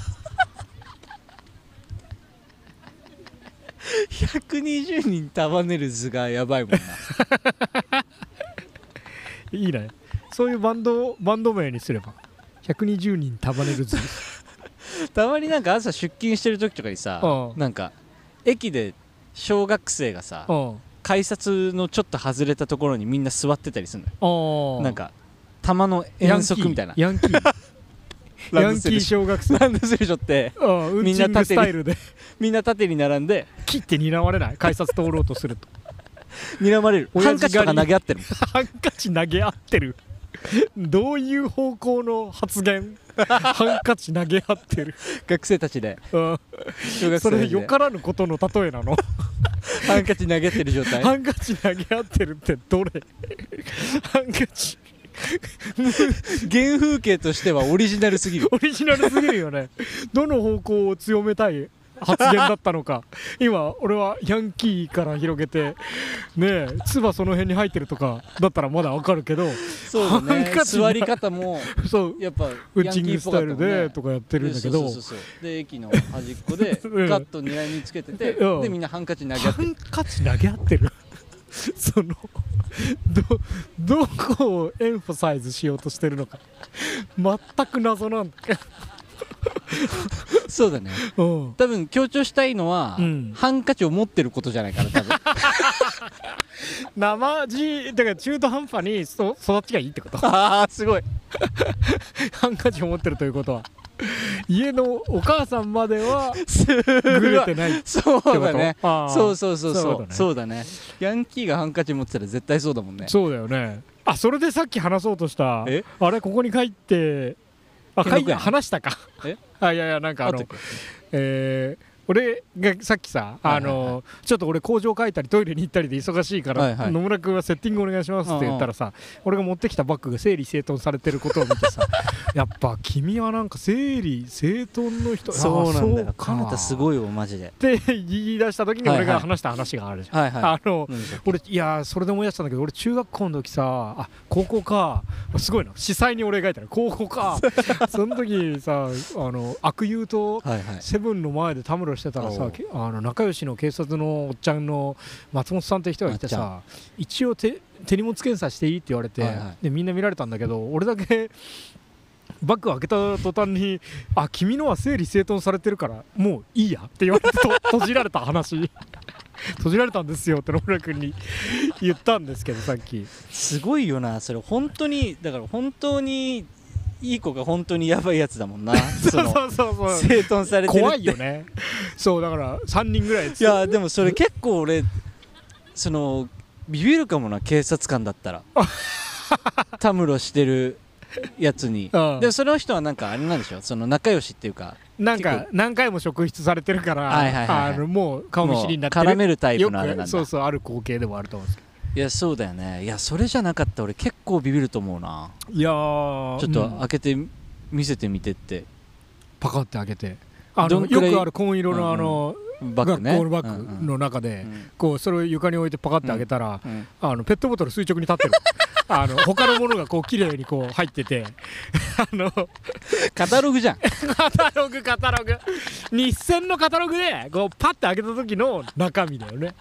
Speaker 3: 120人束ねる図がやばいもんな。
Speaker 5: いいね、そういうバンド名にすれば120人束ねる図
Speaker 3: たまになんか朝出勤してる時とかにさ、なんか駅で小学生がさ、改札のちょっと外れたところにみんな座ってたりするのよ。なんか玉の遠足みたいな。
Speaker 5: ヤンキー小学生
Speaker 3: ランドセルしょってみんな縦に並んで、
Speaker 5: 切って睨まれない？改札通ろうとすると
Speaker 3: 睨まれる。ハンカチとか投げ合ってる。
Speaker 5: ハンカチ投げ合ってるどういう方向の発言ハンカチ投げ合ってる
Speaker 3: 学生たちで、小学生
Speaker 5: それよからぬことの例えなの
Speaker 3: ハンカチ投げ合ってる状態。
Speaker 5: ハンカチ投げ合ってるってどれハンカチ
Speaker 3: 原風景としてはオリジナルすぎる。
Speaker 5: オリジナルすぎるよね。どの方向を強めたい発言だったのか今俺はヤンキーから広げてねえ、唾その辺に入ってるとかだったらまだわかるけど、
Speaker 3: そうだね、座り方も
Speaker 5: そう
Speaker 3: やっぱ
Speaker 5: ウッチングスタイルでとかやってるんだけど、
Speaker 3: で駅の端っこでカットにらみつけてて、でみんなハンカチ投げ合ってる。
Speaker 5: ハンカチ投げ合ってるそのどこをエンファサイズしようとしてるのか全く謎なんだけど
Speaker 3: そうだね、多分強調したいのは、ハンカチを持ってることじゃないかな多分
Speaker 5: 生地だから中途半端に育ちがいいってこと
Speaker 3: ああすごい
Speaker 5: ハンカチを持ってるということは家のお母さんまではぐれてないってこと
Speaker 3: そうだね。そうだね。ヤンキーがハンカチ持ってたら絶対そうだもんね。
Speaker 5: そうだよね。あ、それでさっき話そうとしたあれここに書いて話したかあ、いやいや、なんか俺がさっきさ、ちょっと俺工場書いたりトイレに行ったりで忙しいから、野村君はセッティングお願いしますって言ったらさ、俺が持ってきたバッグが整理整頓されてることを見てさやっぱ君はなんか整理整頓の人。
Speaker 3: そうなんだよ、かなたすごいよマジでって
Speaker 5: 言い出した時に俺が話した話があるじゃん。俺いやそれで思い出したんだけど、俺中学校の時さ、高校か、すごいな、司祭に俺描いたら高校かその時さ、悪友とセブンの前でたむろしてたらさ、仲良しの警察のおっちゃんの松本さんって人がいてさ、一応手荷物検査していいって言われて、でみんな見られたんだけど、俺だけバッグを開けた途端に「あ、君のは整理整頓されてるからもういいや」って言われて閉じられた話閉じられたんですよって野村君に言ったんですけど、さっき。
Speaker 3: すごいよなそれ。本当にだから本当にいい子が本当にやばいやつだもんなそう整頓されてるって
Speaker 5: 怖いよね。そうだから3人ぐらい。い
Speaker 3: やでもそれ結構俺ビビるかもな、警察官だったらたむろしてるやつに。でその人はなんかあれなんでしょ、その仲良しっていうか、
Speaker 5: なんか何回も職質されてるから、もう顔見知りになってる、
Speaker 3: 絡めるタイプのあれなんだ。
Speaker 5: そうそう、ある光景でもあると思うんですけど。
Speaker 3: いやそうだよね。いやそれじゃなかったら俺結構ビビると思うな。
Speaker 5: いやー
Speaker 3: ちょっと開けて見せてみてって、
Speaker 5: パカって開けてよくある紺色の
Speaker 3: バッグね、
Speaker 5: 学校のバッグの中でこうそれを床に置いてパカって開けたら、ペットボトル垂直に立ってる他のものがこう綺麗にこう入ってて
Speaker 3: カタログじゃん
Speaker 5: カタログ日銭のカタログでこうパッて開けた時の中身だよね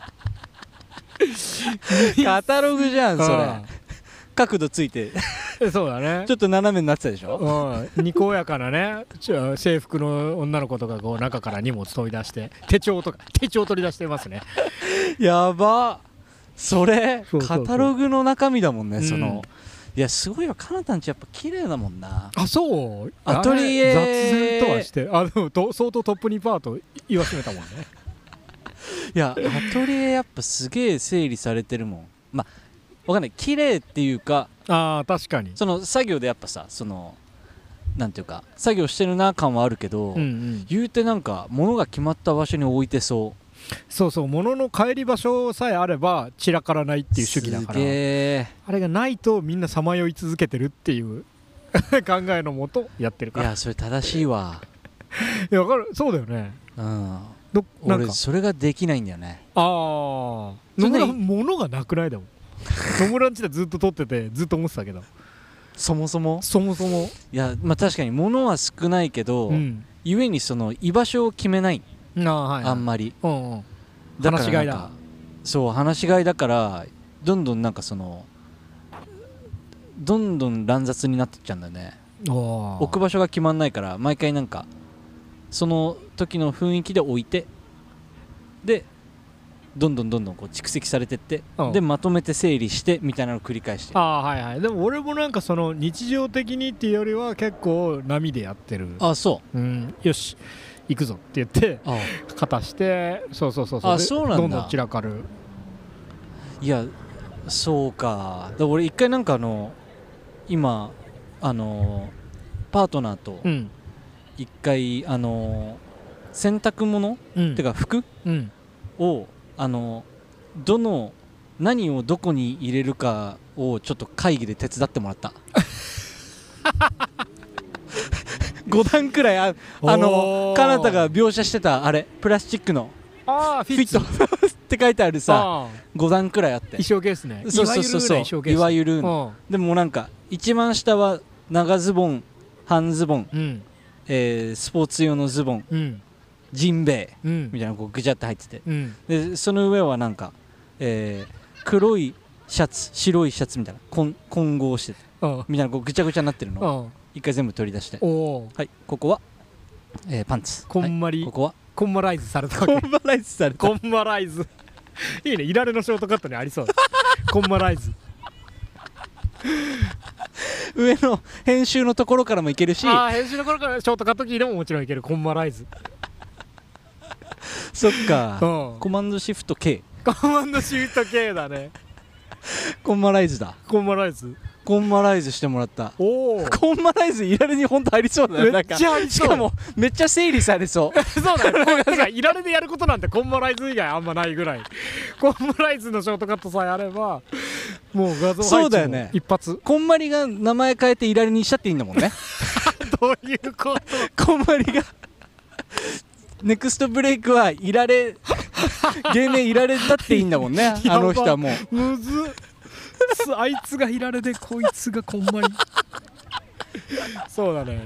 Speaker 3: カタログじゃんそれ。角度ついて
Speaker 5: そうだね、
Speaker 3: ちょっと斜めになってたでしょ。
Speaker 5: にこやかなね制服の女の子とかこう中から荷物取り出して手帳取り出してますね
Speaker 3: やば、それ
Speaker 5: そう
Speaker 3: カタログの中身だもんね。いやすごいよ、かなたんちやっぱ綺麗だもんな。
Speaker 5: あ、そう
Speaker 3: アトリエ
Speaker 5: 雑然とはしてでも相当トップ2パート言わしめたもんね
Speaker 3: いやアトリエやっぱすげえ整理されてるもん。まあわかんない、綺麗っていうか、
Speaker 5: 確かに
Speaker 3: その作業でやっぱさ、そのなんていうか作業してるな感はあるけど、言うてなんか物が決まった場所に置いてそう。
Speaker 5: そう物の帰り場所さえあれば散らからないっていう主義だから、あれがないとみんなさまよい続けてるっていう考えのもとやってるから。
Speaker 3: いやそれ正しいわ
Speaker 5: いや分かる、そうだよね。
Speaker 3: 俺それができないんだよね。
Speaker 5: 野村物がなくないだもん野村んちでずっと撮っててずっと思ってたけど、
Speaker 3: そもそもいやまあ確かに物は少ないけど、ゆえにその居場所を決めない、あんまり、
Speaker 5: だから放し飼いだ。
Speaker 3: そう放し飼いだからどんどんなんかそのどんどん乱雑になってっちゃうんだよね。置く場所が決まんないから毎回なんかその時の雰囲気で置いて、でどんどんこう蓄積されてって、でまとめて整理してみたいなのを繰り返して。
Speaker 5: でも俺もなんかその日常的にっていうよりは結構波でやってる。
Speaker 3: そう、
Speaker 5: よし行くぞって言って片してそう
Speaker 3: なんだ、
Speaker 5: どんどん散らかる。
Speaker 3: いやそうか。だ俺一回なんか今パートナーと一回洗濯物、てか服、を何をどこに入れるかをちょっと会議で手伝ってもらった5段くらいかなたが描写してたあれプラスチックの
Speaker 5: フィット
Speaker 3: って書いてあるさ5段くらいあって、
Speaker 5: 衣装ケースね。
Speaker 3: そういわゆるでもなんか一番下は長ズボン、半ズボン、スポーツ用のズボン、ジンベエみたいなこうぐちゃって入ってて、でその上はなんか、黒いシャツ白いシャツみたいな混合しててみたいなこうぐちゃぐちゃになってるのを一回全部取り出して、はいここは、パンツ、
Speaker 5: こんまり、
Speaker 3: ここは
Speaker 5: コンマライズされたわけ。
Speaker 3: コンマライズされた。
Speaker 5: コンマライズいいね、いられのショートカットにありそうコンマライズ
Speaker 3: 上の編集のところからもいけるし、
Speaker 5: 編集のところからショートカットキーでももちろんいける。コンマライズ
Speaker 3: そっか、コマンドシフト K
Speaker 5: コマンドシフト K だね
Speaker 3: コンマライズだ。
Speaker 5: コンマライズ
Speaker 3: してもらった。コンマライズいられに本当入りそうだね。
Speaker 5: めっちゃありそう。
Speaker 3: しかもめっちゃ整理されそう
Speaker 5: そうだね。てかいられでやることなんてコンマライズ以外あんまないぐらい。コンマライズのショートカットさえあればもう画像配置も一発。
Speaker 3: こんまりが名前変えていられにしちゃっていいんだもんね
Speaker 5: どういうこと？
Speaker 3: こんまりがネクストブレイクはいられ芸名いられだっていいんだもんねあの人はもう
Speaker 5: むずっあいつがいられでこいつがこんまりそうだね。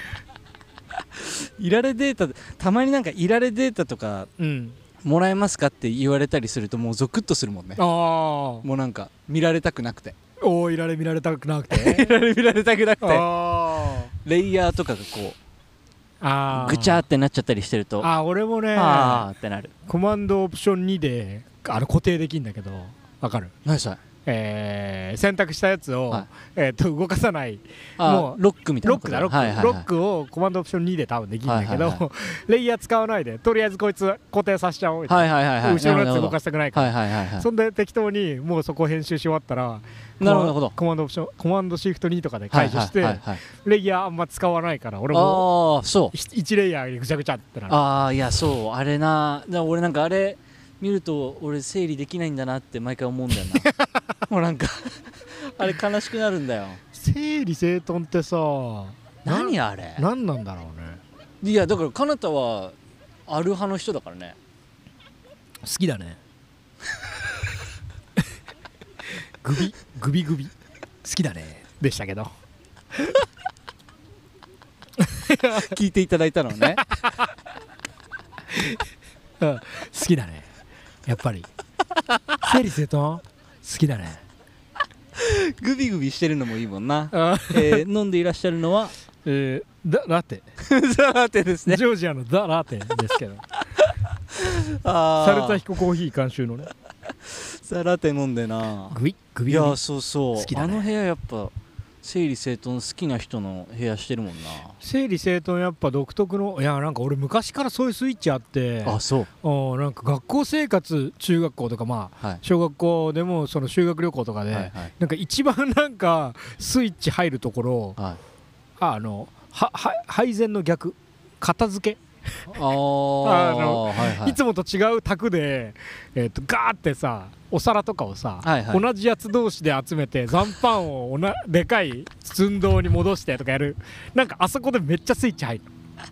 Speaker 3: いられデータたまになんかいられデータとか、もらえますかって言われたりするともうゾクッとするもんね。もうなんか見られたくなくて
Speaker 5: いられ見られたくなくて
Speaker 3: いられ見られたくなくてレイヤーとかがこうぐちゃってなっちゃったりしてると
Speaker 5: 俺もね
Speaker 3: ってなる。
Speaker 5: コマンドオプション2で固定できるんだけどわかる？
Speaker 3: 何それ？
Speaker 5: 選択したやつを、動かさない
Speaker 3: もうロックみたいな
Speaker 5: ロックをコマンドオプション2で多分できるんだけどレイヤー使わないでとりあえずこいつ固定させちゃおうみたいな。後ろのやつ動かしたくないからそんで適当にもうそこ編集し終わったら
Speaker 3: なるほど
Speaker 5: コマンドシフト2とかで解除してレイヤーあんま使わないから俺も1レイヤーにぐちゃぐちゃってなる。
Speaker 3: いやそうあれな俺なんかあれ見ると俺整理できないんだなって毎回思うんだよなもうなんかあれ悲しくなるんだよ。
Speaker 5: 整理整頓ってさ、
Speaker 3: 何あれ、
Speaker 5: 何なんだろうね。
Speaker 3: いやだからかなたはある派の人だからね。
Speaker 5: 好きだねグビ好きだねでしたけど
Speaker 3: 聞いていただいたのね
Speaker 5: うん、好きだねやっぱり整理整頓好きだね
Speaker 3: グビグビしてるのもいいもんな飲んでいらっしゃるのは
Speaker 5: ラテ
Speaker 3: ザラテですね。
Speaker 5: ジョージアのザ・ラテですけど
Speaker 3: あ
Speaker 5: サルタヒココーヒー監修のね
Speaker 3: ザラテ飲んでな。
Speaker 5: グビ
Speaker 3: いやそうそう、
Speaker 5: 好きだね。
Speaker 3: あの部屋やっぱ整理整頓好きな人の部屋してるもんな。
Speaker 5: 整理整頓やっぱ独特の、いやなんか俺昔からそういうスイッチあって、
Speaker 3: あそう
Speaker 5: なんか学校生活中学校とかまあ、小学校でもその修学旅行とかで、なんか一番なんかスイッチ入るところ、配膳の逆、片付けいつもと違う卓で、ガーってさお皿とかをさ、同じやつ同士で集めて残飯をでかい寸胴に戻してとかやる。なんかあそこでめっちゃスイッチ入る。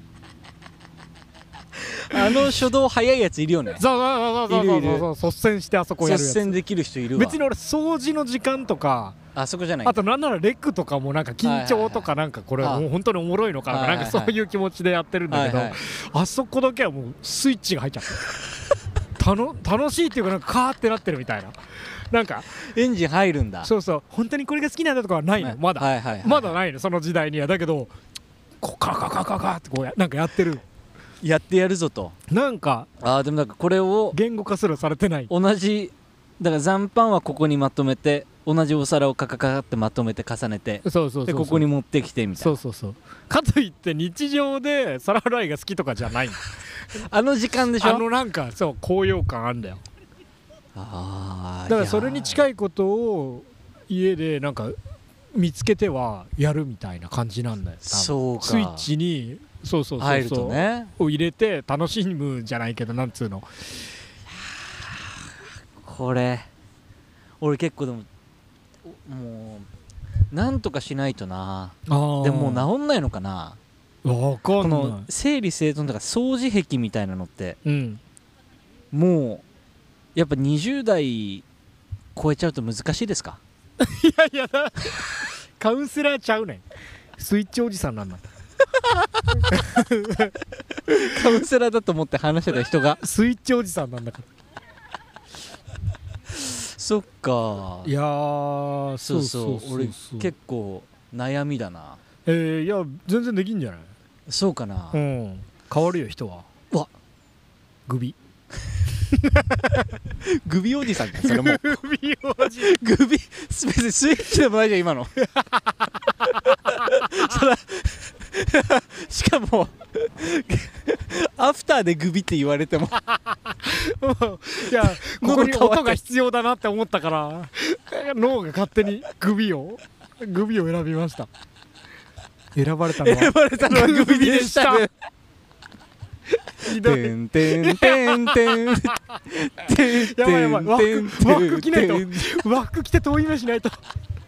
Speaker 3: 初動早いやついるよね。
Speaker 5: そう率先してあそこやるやつ。
Speaker 3: 率先できる人いるわ。
Speaker 5: 別に俺掃除の時間とか
Speaker 3: あそこじゃない。
Speaker 5: あとなんならレックとかもなんか緊張とかなんかこれもう本当におもろいのかな、なんかそういう気持ちでやってるんだけど、あそこだけはもうスイッチが入っちゃって楽しいっていうかなんかカーってなってるみたいな。なんか
Speaker 3: エンジン入るんだ。
Speaker 5: そうそう本当にこれが好きなんだとかはないのまだまだないのその時代には。だけどこうカーってこうなんかやってる。
Speaker 3: やってやるぞと。
Speaker 5: なんか
Speaker 3: でもなんかこれを
Speaker 5: 言語化すらされてない。
Speaker 3: 同じだから残飯はここにまとめて同じお皿をカカってまとめて重ねて、でここに持ってきてみたいな。
Speaker 5: そうかといって日常で皿洗いが好きとかじゃない
Speaker 3: あの時間でしょ。
Speaker 5: なんかそう高揚感あんだよ。だからそれに近いことを家でなんか見つけてはやるみたいな感じなんだよ。
Speaker 3: そうか
Speaker 5: スイッチに
Speaker 3: 入るとね
Speaker 5: を入れて楽しむじゃないけどなんつうの。
Speaker 3: これ俺結構でももうなんとかしないとな。でももう治んないのかな。
Speaker 5: わかんない。この
Speaker 3: 整理整頓とか掃除癖みたいなのって、もうやっぱ20代超えちゃうと難しいですか。
Speaker 5: いやカウンセラーちゃうねん。スイッチおじさんなんだ
Speaker 3: カウンセラーだと思って話してた人が
Speaker 5: スイッチおじさんなんだから
Speaker 3: そっか。いや
Speaker 5: そう
Speaker 3: 俺結構悩みだな。
Speaker 5: いや全然できんじゃない。
Speaker 3: そうかな。
Speaker 5: 変わるよ人は。
Speaker 3: わ
Speaker 5: グビ
Speaker 3: グビおじさんかそれも。
Speaker 5: グビおじ
Speaker 3: グビ別にスイッチでもないじゃん今のしかもアフターでグビって言われても
Speaker 5: いやここに音が必要だなって思ったから脳が勝手にグビを選びました。選ばれたのはグビでした。ひどい。てんてんてんてんやばい和服着ないと和服着て遠い目しないと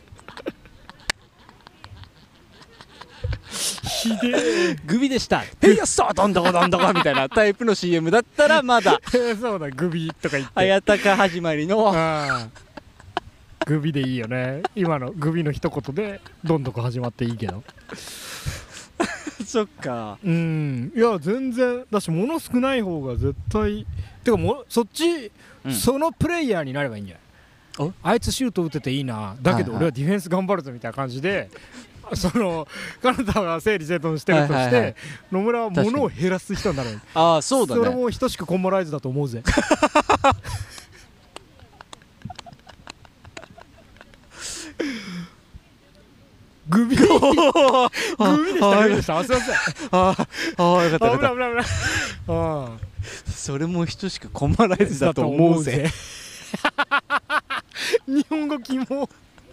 Speaker 5: ひでえ。
Speaker 3: グビでしたヘイヤッソーどんどこどんどこみたいなタイプの CM だったらまだ
Speaker 5: そうだグビとか言って
Speaker 3: 綾鷹始まりの
Speaker 5: グビでいいよね。今のグビの一言でどんどこ始まっていいけど
Speaker 3: そっか。
Speaker 5: いや全然だし物少ない方が絶対てかそっち、そのプレイヤーになればいいんじゃない。あいつシュート打てていいなだけど俺はディフェンス頑張るぞみたいな感じで、そのカナダが整理整頓してるとして、野村は物を減らす人になる。
Speaker 3: そうだね。
Speaker 5: それも等しくコンモライズだと思うぜグビでした。すいません。
Speaker 3: よかった
Speaker 5: 危ない
Speaker 3: それも等しくコンマライズだと思うぜ
Speaker 5: 日本語キモ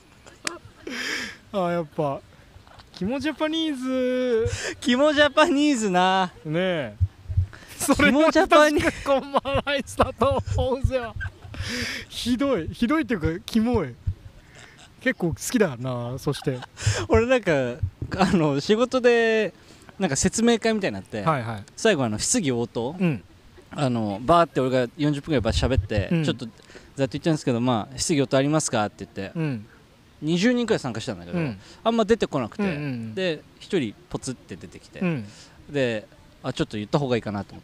Speaker 5: やっぱキモジャパニーズ
Speaker 3: な
Speaker 5: ねえそれは確かコンマライズだと思うんですよ。ひどいっていうかキモい。結構好きだな。そして
Speaker 3: 俺なんか仕事でなんか説明会みたいになって、
Speaker 5: はいはい、
Speaker 3: 最後質疑応答、
Speaker 5: うん、
Speaker 3: バーって俺が40分ぐらいバー喋って、ちょっとざっと言ったんですけど、まあ質疑応答ありますかって言って、20人くらい参加したんだけど、あんま出てこなくて、で1人ポツって出てきて、でちょっと言った方がいいかなと思って、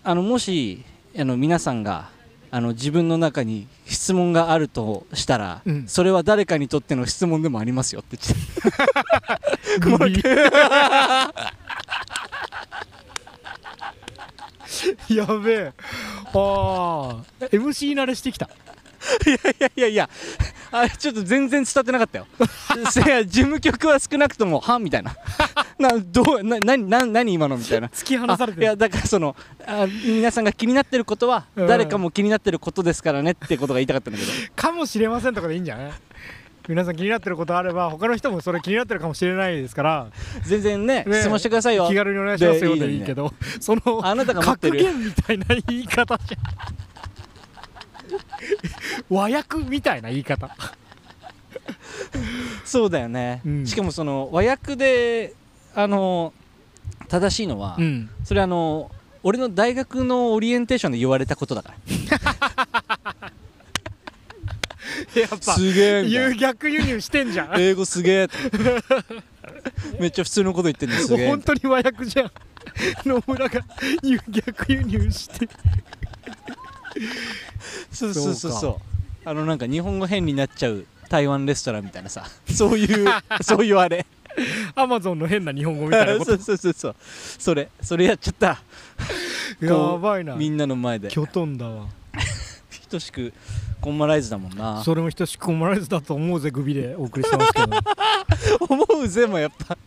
Speaker 3: もし皆さんが自分の中に質問があるとしたら、それは誰かにとっての質問でもありますよって言って
Speaker 5: やべえ。MC 慣れしてきた。
Speaker 3: いやあれちょっと全然伝わってなかったよ事務局は少なくともはみたいな何今のみたいな
Speaker 5: 突き放されてる。
Speaker 3: いやだから皆さんが気になってることは誰かも気になってることですからねってことが言いたかったんだけど、
Speaker 5: かもしれませんとかでいいんじゃない？皆さん気になってることあれば他の人もそれ気になってるかもしれないですから、
Speaker 3: 全然ね質問してくださいよ、
Speaker 5: 気軽にお願いしますよでいいけど、その
Speaker 3: あなたが持ってる
Speaker 5: 格言みたいな言い方じゃん和訳みたいな言い方
Speaker 3: そうだよね、しかもその和訳で正しいのは、それ俺の大学のオリエンテーションで言われたことだから
Speaker 5: やっぱ
Speaker 3: すげえ
Speaker 5: 逆輸入してんじゃん
Speaker 3: 英語すげえめっちゃ普通のこと言ってんのすげえ
Speaker 5: 本当に和訳じゃん野村が逆輸入して
Speaker 3: そうなんか日本語変になっちゃう台湾レストランみたいなさそういうあれ
Speaker 5: アマゾンの変な日本語みたいなこと
Speaker 3: そうそれやっちゃった
Speaker 5: やばいな、
Speaker 3: みんなの前で
Speaker 5: きょとんだわ
Speaker 3: 等しくコンマライズだもんな。
Speaker 5: それも等しくコンマライズだと思うぜグビでお送りしてますけど
Speaker 3: 思うぜもやっぱ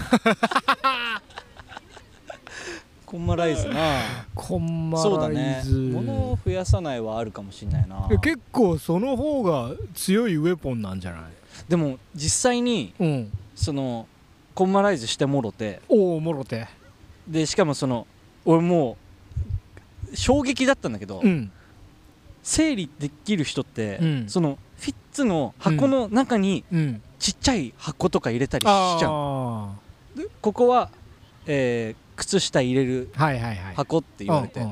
Speaker 3: コンマライズな。
Speaker 5: コンマライズ
Speaker 3: そうだね、物を増やさないはあるかもしれないな。
Speaker 5: 結構その方が強いウェポンなんじゃない？
Speaker 3: でも実際に、そのコンマライズしてもろて、でしかも俺もう衝撃だったんだけど、整理できる人って、そのフィッツの箱の中にちっちゃい箱とか入れたりしちゃう。でここは、靴下入れる箱って言われて、と思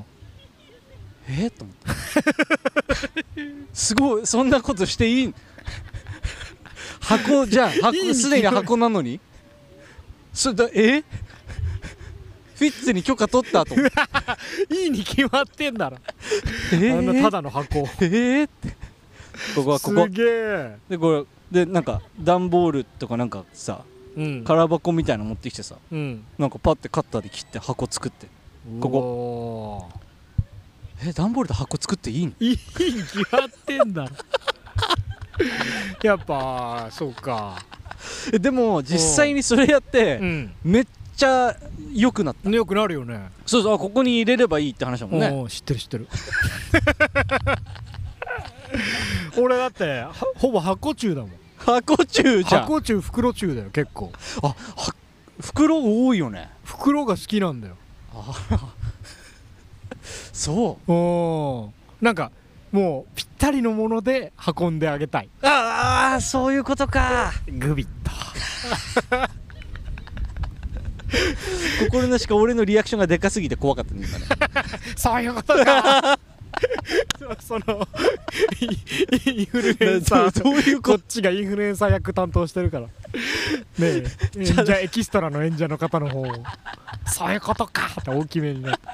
Speaker 3: ってすごいそんなことしていい箱じゃん、すでに箱なのにそれだフィッツに許可取ったと思って
Speaker 5: いいに決まってんだろあんなただの箱
Speaker 3: ってここはここ
Speaker 5: すげえ
Speaker 3: でこれでなんか段ボールとかなんかさ、空箱みたいなの持ってきてさ、なんかパッてカッターで切って箱作って、ここ段ボールで箱作っていいの？
Speaker 5: いいに決まってんだろやっぱそうか。
Speaker 3: でも実際にそれやって、めっちゃ良くなった。
Speaker 5: 良くなるよね。
Speaker 3: そうここに入れればいいって話だもんね。
Speaker 5: 知ってる俺だってほぼ箱中だもん。
Speaker 3: 箱中じゃん。
Speaker 5: 箱中袋中だよ結構。
Speaker 3: 袋多いよね。
Speaker 5: 袋が好きなんだよ。
Speaker 3: そう
Speaker 5: なんかもうぴったりのもので運んであげたい。
Speaker 3: そういうことか。
Speaker 5: グビッと
Speaker 3: 心なしか俺のリアクションがでかすぎて怖かったね今ね
Speaker 5: そういうことかそのインフルエンサー、
Speaker 3: どういう
Speaker 5: こっちがインフルエンサー役担当してるからねえ、演者エキストラの演者の方の方そういうことかって大きめになって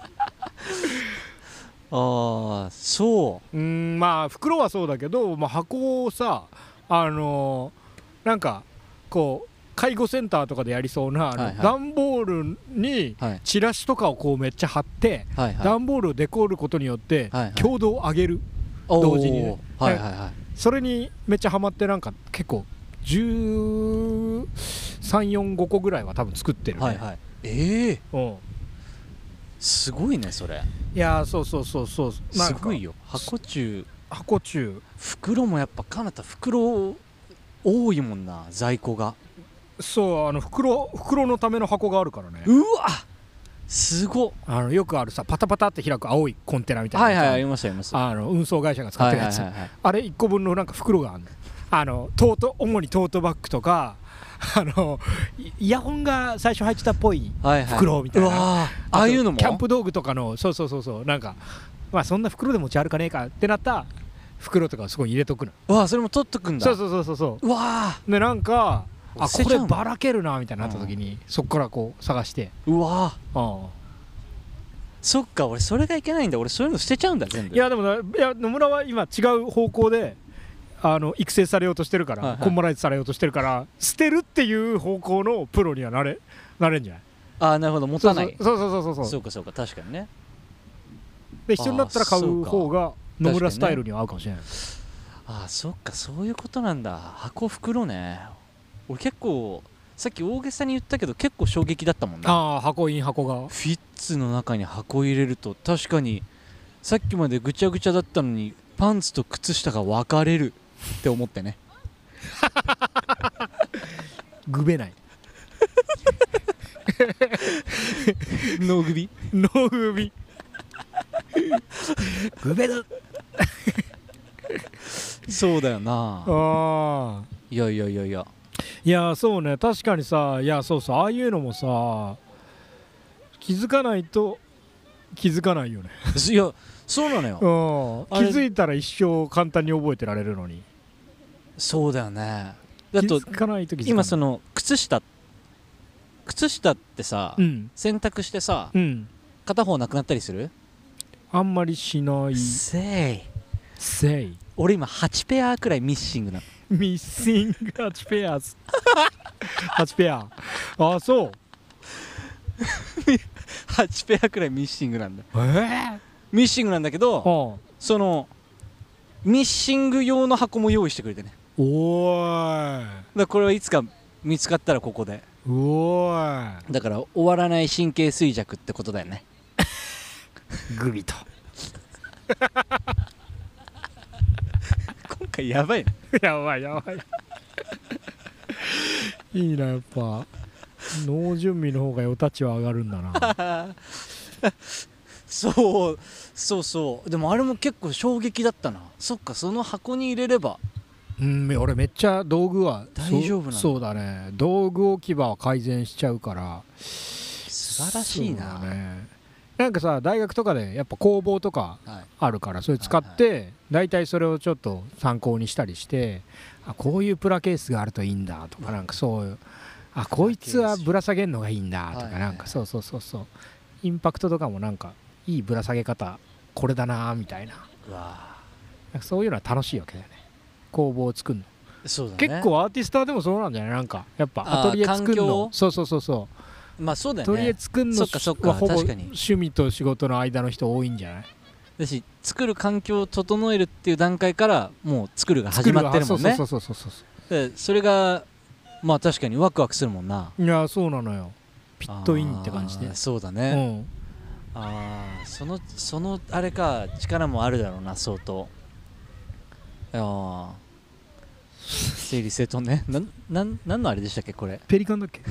Speaker 5: まあ袋はそうだけど、箱をさなんかこう介護センターとかでやりそうな段ボールにチラシとかをこうめっちゃ貼って段ボールをデコることによって強度を上げる、同時にね、それにめっちゃハマって、なんか結構13、4、5個ぐらいは多分作ってるね。
Speaker 3: すごいねそれ。
Speaker 5: いやそうす
Speaker 3: ごいよ。箱中袋もやっぱカナダ袋多いもんな、在庫が。
Speaker 5: そう袋のための箱があるからね。
Speaker 3: うわすごっ。
Speaker 5: よくあるさパタパタって開く青いコンテナみたいな、
Speaker 3: はいはいありますあります。
Speaker 5: 運送会社が使ってるやつ、あれ1個分のなんか袋があるの。主にトートバッグとかイヤホンが最初入ってたっぽい袋みたいな、
Speaker 3: ああいうのも
Speaker 5: キャンプ道具とかのそうなんかまあそんな袋で持ち歩かねえかってなった袋とかをすごい入れとくの。
Speaker 3: うわそれも取っとくんだ。
Speaker 5: そう
Speaker 3: うわ
Speaker 5: でなんかこれ
Speaker 3: 捨てちゃうの
Speaker 5: ばらけるなみたいになった時にそっからこう探して、
Speaker 3: うわそっか俺それがいけないんだ。俺そういうの捨てちゃうんだ全部。
Speaker 5: いやでも野村は今違う方向で育成されようとしてるから、コンバライズされようとしてるから捨てるっていう方向のプロにはなれんじゃない？
Speaker 3: ああなるほど持たない。
Speaker 5: そう
Speaker 3: かそうか確かにね。
Speaker 5: で一緒になったら買う方が野村スタイルには合うかもしれない。
Speaker 3: ああそっかそういうことなんだ。箱袋ね。俺結構さっき大げさに言ったけど結構衝撃だったもんな。
Speaker 5: 箱がフ
Speaker 3: ィッツの中に箱入れると確かにさっきまでぐちゃぐちゃだったのにパンツと靴下が分かれるって思ってね。
Speaker 5: ぐべない
Speaker 3: ノーグビ
Speaker 5: ぐべる
Speaker 3: そうだよな。いや
Speaker 5: そうね確かにさそうああいうのもさ気づかないと気づかないよね。
Speaker 3: いやそうなのよ。
Speaker 5: 気づいたら一生簡単に覚えてられるのに。
Speaker 3: そうだよね。だと
Speaker 5: 気づかないと気づかない。
Speaker 3: 今その靴下ってさ、洗濯してさ、片方なくなったりする？
Speaker 5: あんまりしない。
Speaker 3: せい俺今8ペアくらいミッシングなの。
Speaker 5: ミッシング8ペアーズ8ペアそう
Speaker 3: 8ペアくらいミッシングなんだ。ミッシングなんだけど、そのミッシング用の箱も用意してくれてね。だからこれはいつか見つかったらここで。だから終わらない神経衰弱ってことだよね。
Speaker 5: グビと
Speaker 3: 今回やばいね。
Speaker 5: やばいいいなやっぱ脳準備の方がよたちは上がるんだな。
Speaker 3: そうでもあれも結構衝撃だったな。そっかその箱に入れれば
Speaker 5: 俺めっちゃ道具は
Speaker 3: 大丈夫なんだ。
Speaker 5: そうだね道具置き場は改善しちゃうから
Speaker 3: 素晴らしいな。
Speaker 5: なんかさ大学とかでやっぱ工房とかあるからそれ使って大体それをちょっと参考にしたりしてこういうプラケースがあるといいんだとかなんかそういうこいつはぶら下げるのがいいんだとかなんかそうインパクトとかもなんかいいぶら下げ方これだなみたいなそういうのは楽しいわけだよね工房を作るの。
Speaker 3: そうだね。
Speaker 5: 結構アーティストはでもそうなんじゃない？なんかやっぱアトリエ作るのそう
Speaker 3: まあそうだよね。
Speaker 5: アトリエ作るのはほぼ趣味と仕事の間の人多いんじゃない？
Speaker 3: だし作る環境を整えるっていう段階からもう作るが始まってるもんね。それがまあ確かにワクワクするもんな。
Speaker 5: いやそうなのよ。ピットインって感じで。
Speaker 3: そうだね。そのあれか力もあるだろうな相当。整理整頓ね。なんのあれでしたっけこれ？
Speaker 5: ペリカンだっけ？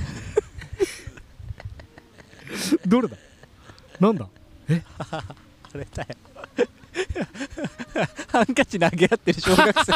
Speaker 5: どれだ？なんだ？
Speaker 3: これだよ。ハンカチ投げ合ってる小学生。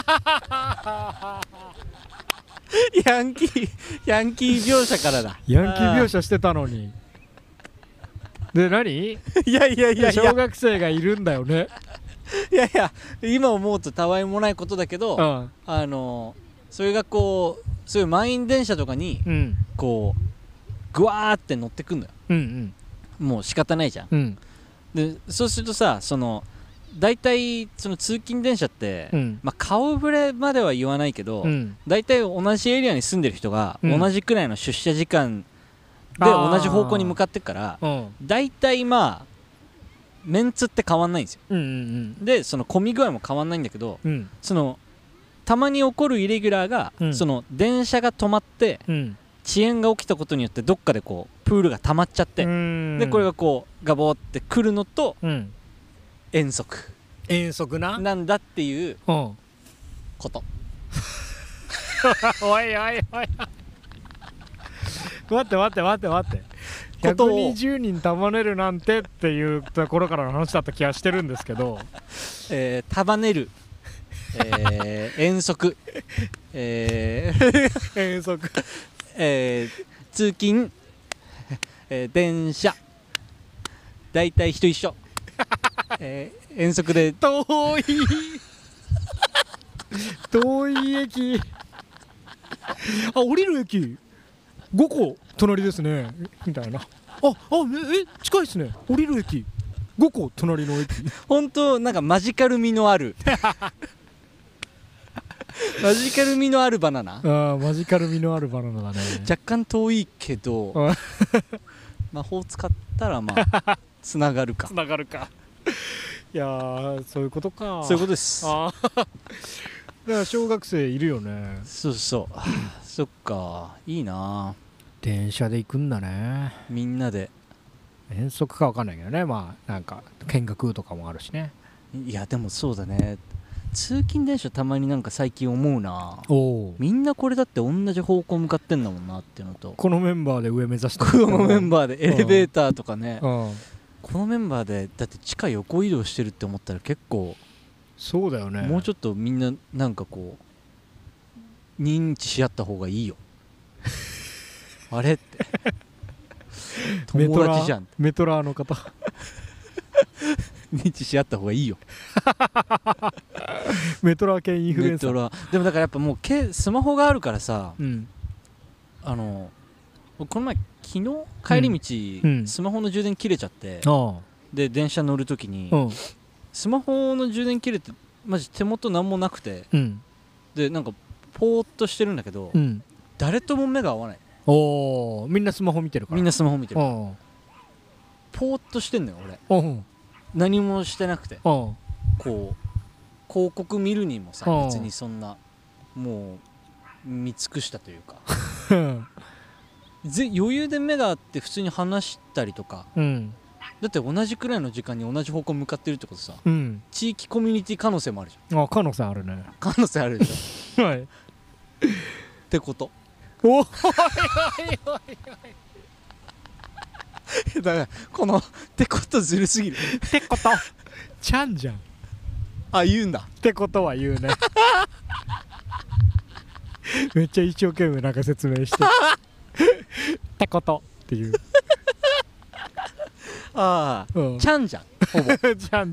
Speaker 3: ヤンキー描写からだ。
Speaker 5: ヤンキー描写してたのに。で何？
Speaker 3: いや
Speaker 5: 小学生がいるんだよね。
Speaker 3: いや今思うとたわいもないことだけど、それがこうそういう満員電車とかに、こうグワーって乗ってくんのよ。もう仕方ないじゃん。でそうするとさ大体その通勤電車って、まあ、顔ぶれまでは言わないけど、大体同じエリアに住んでる人が同じくらいの出社時間で同じ方向に向かってくから、大体まあメンツって変わんないんですよ。でその混み具合も変わんないんだけど、たまに起こるイレギュラーが、その電車が止まって、遅延が起きたことによってどっかでこうプールが溜まっちゃって、でこれがこうガボーってくるのと、遠足なんだっていうこと。
Speaker 5: おい待って 120人束ねるなんてっていうところからの話だった気がしてるんですけど、
Speaker 3: 束ねる、遠足、
Speaker 5: 遠足、
Speaker 3: 通勤、電車、大体人一緒、遠足で
Speaker 5: 遠い遠い駅、あ、降りる駅5個隣ですねみたいな、近いですね、降りる駅5個隣の駅、
Speaker 3: 本当なんかマジカル味のあるマジカル味のあるバナナ。
Speaker 5: マジカル味のあるバナナだね。
Speaker 3: 若干遠いけど魔法使ったらまあつながるか。
Speaker 5: つながるか。いやー、そういうことか。
Speaker 3: そういうことです。
Speaker 5: だから小学生いるよね。
Speaker 3: そうそうそっか、いいな。
Speaker 5: 電車で行くんだね。
Speaker 3: みんなで。
Speaker 5: 遠足か分かんないけどね、まあなんか見学とかもあるしね。
Speaker 3: いやでもそうだね、通勤電車たまになんか最近思うな。みんなこれだって同じ方向向かってんだもんなっていうのと、
Speaker 5: このメンバーで上目指して
Speaker 3: このメンバーでエレベーターとかね、
Speaker 5: こ
Speaker 3: のメンバーでだって地下横移動してるって思ったら結構
Speaker 5: そうだよね。
Speaker 3: もうちょっとみんななんかこう認知し合った方がいいよあれって友達じゃん、
Speaker 5: メトラーの方
Speaker 3: 認知し合った方がいいよ
Speaker 5: メトラー系インフルエンサー。
Speaker 3: でもだからやっぱもうスマホがあるからさ、この前昨日帰り道、スマホの充電切れちゃって、で電車乗るときに、スマホの充電切れてマジ手元なんもなくて、でなんかポーっとしてるんだけど、誰とも目が合わない。
Speaker 5: みんなスマホ見てるから。
Speaker 3: みんなスマホ見てる。ポーっとしてんのよ俺。何もしてなくて、こう広告見るにもさ、別にそんなもう見尽くしたというか余裕で目があって普通に話したりとか、だって同じくらいの時間に同じ方向向かってるってことさ、地域コミュニティ可能性もあるじゃん。
Speaker 5: 可能性あるね。
Speaker 3: 可能性あるでしょ
Speaker 5: はい
Speaker 3: ってこと。
Speaker 5: おい
Speaker 3: だからこのってことずるすぎる。
Speaker 5: ってことちゃんじゃん。
Speaker 3: あ、言うんだ。
Speaker 5: ってことは言うねめっちゃ一生懸命なんか説明してってことっていう
Speaker 3: ああ、ちゃんじゃんほぼ
Speaker 5: ちゃん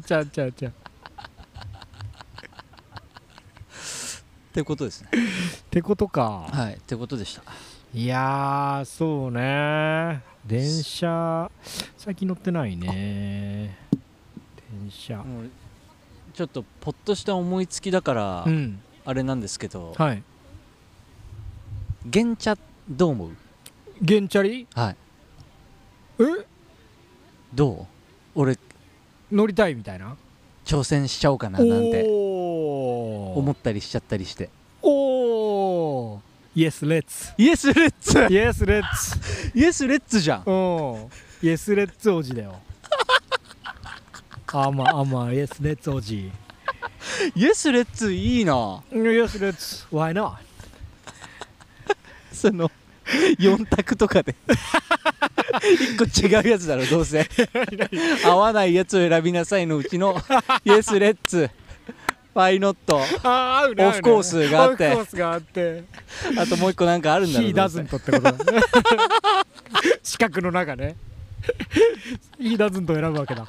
Speaker 3: ってことですね。
Speaker 5: ってことか。
Speaker 3: はい、ってことでした。
Speaker 5: いやー、そうね。電車最近乗ってないね。電車
Speaker 3: ちょっとポッとした思いつきだから、あれなんですけど、原チャどう思う？
Speaker 5: 原チャリ？
Speaker 3: はい。どう？俺
Speaker 5: 乗りたいみたいな？
Speaker 3: 挑戦しちゃおうかななんて思ったりしちゃったりして。
Speaker 5: イエスレッツ
Speaker 3: イエスレッツ
Speaker 5: イエスレッツ
Speaker 3: イエスレッツじゃん。
Speaker 5: イエスレッツ王子だよイエスレッツ王子。
Speaker 3: イエスレッツいいな。
Speaker 5: イエスレッツ Why not
Speaker 3: その4択とかで1個違うやつだろどうせ合わないやつを選びなさいのうちのイエスレッツファイノットオフコースがあってあともう一個なんかあるんだろう。
Speaker 5: He doesn't ってことだね四角の中ねHe doesn't 選ぶわけだ。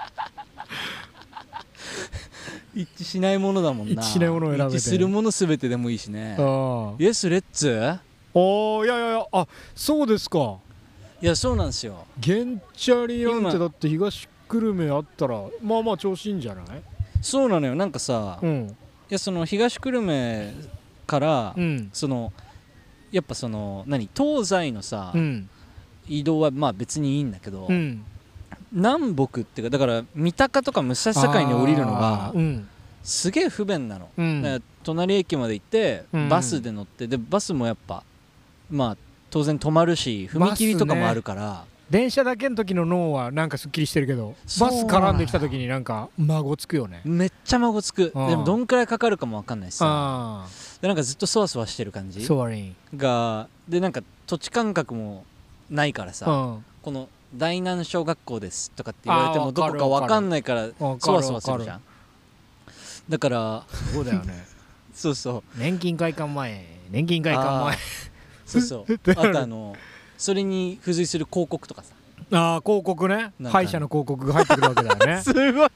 Speaker 3: 一致しないものだもんな。
Speaker 5: 一致しないものを選べて、
Speaker 3: 一致するものすべてでもいいしね。イエスレッツ。
Speaker 5: いやあ、そうですか。い
Speaker 3: や、そうなんですよ。
Speaker 5: 原チャリなんてだって東久留米あったらまあまあ調子いいんじゃない？
Speaker 3: そうなのよ。なんかさ、いやその東久留米から、そのやっぱその東西のさ、移動はまあ別にいいんだけど、南北っていうかだから三鷹とか武蔵境に降りるのがすげえ不便なの。だから隣駅まで行ってバスで乗って、でバスもやっぱまあ当然止まるし踏切とかもあるから、
Speaker 5: 電車だけの時の脳はなんかすっきりしてるけど、バス絡んできた時になんか孫つくよね。め
Speaker 3: っちゃ孫つく。でもどんくらいかかるかも分かんないしさ、でなんかずっとそわそわしてる感じがで、なんか土地感覚もないからさ、この大南小学校ですとかって言われてもどこか分かんないからそわそわするじゃん。だから
Speaker 5: そうだよね
Speaker 3: そうそう
Speaker 5: 年金会館前年金会館前
Speaker 3: そうそうあとそれに付随する広告とかさ
Speaker 5: ああ広告ね歯医者の広告が入ってくるわけだよね
Speaker 3: すごい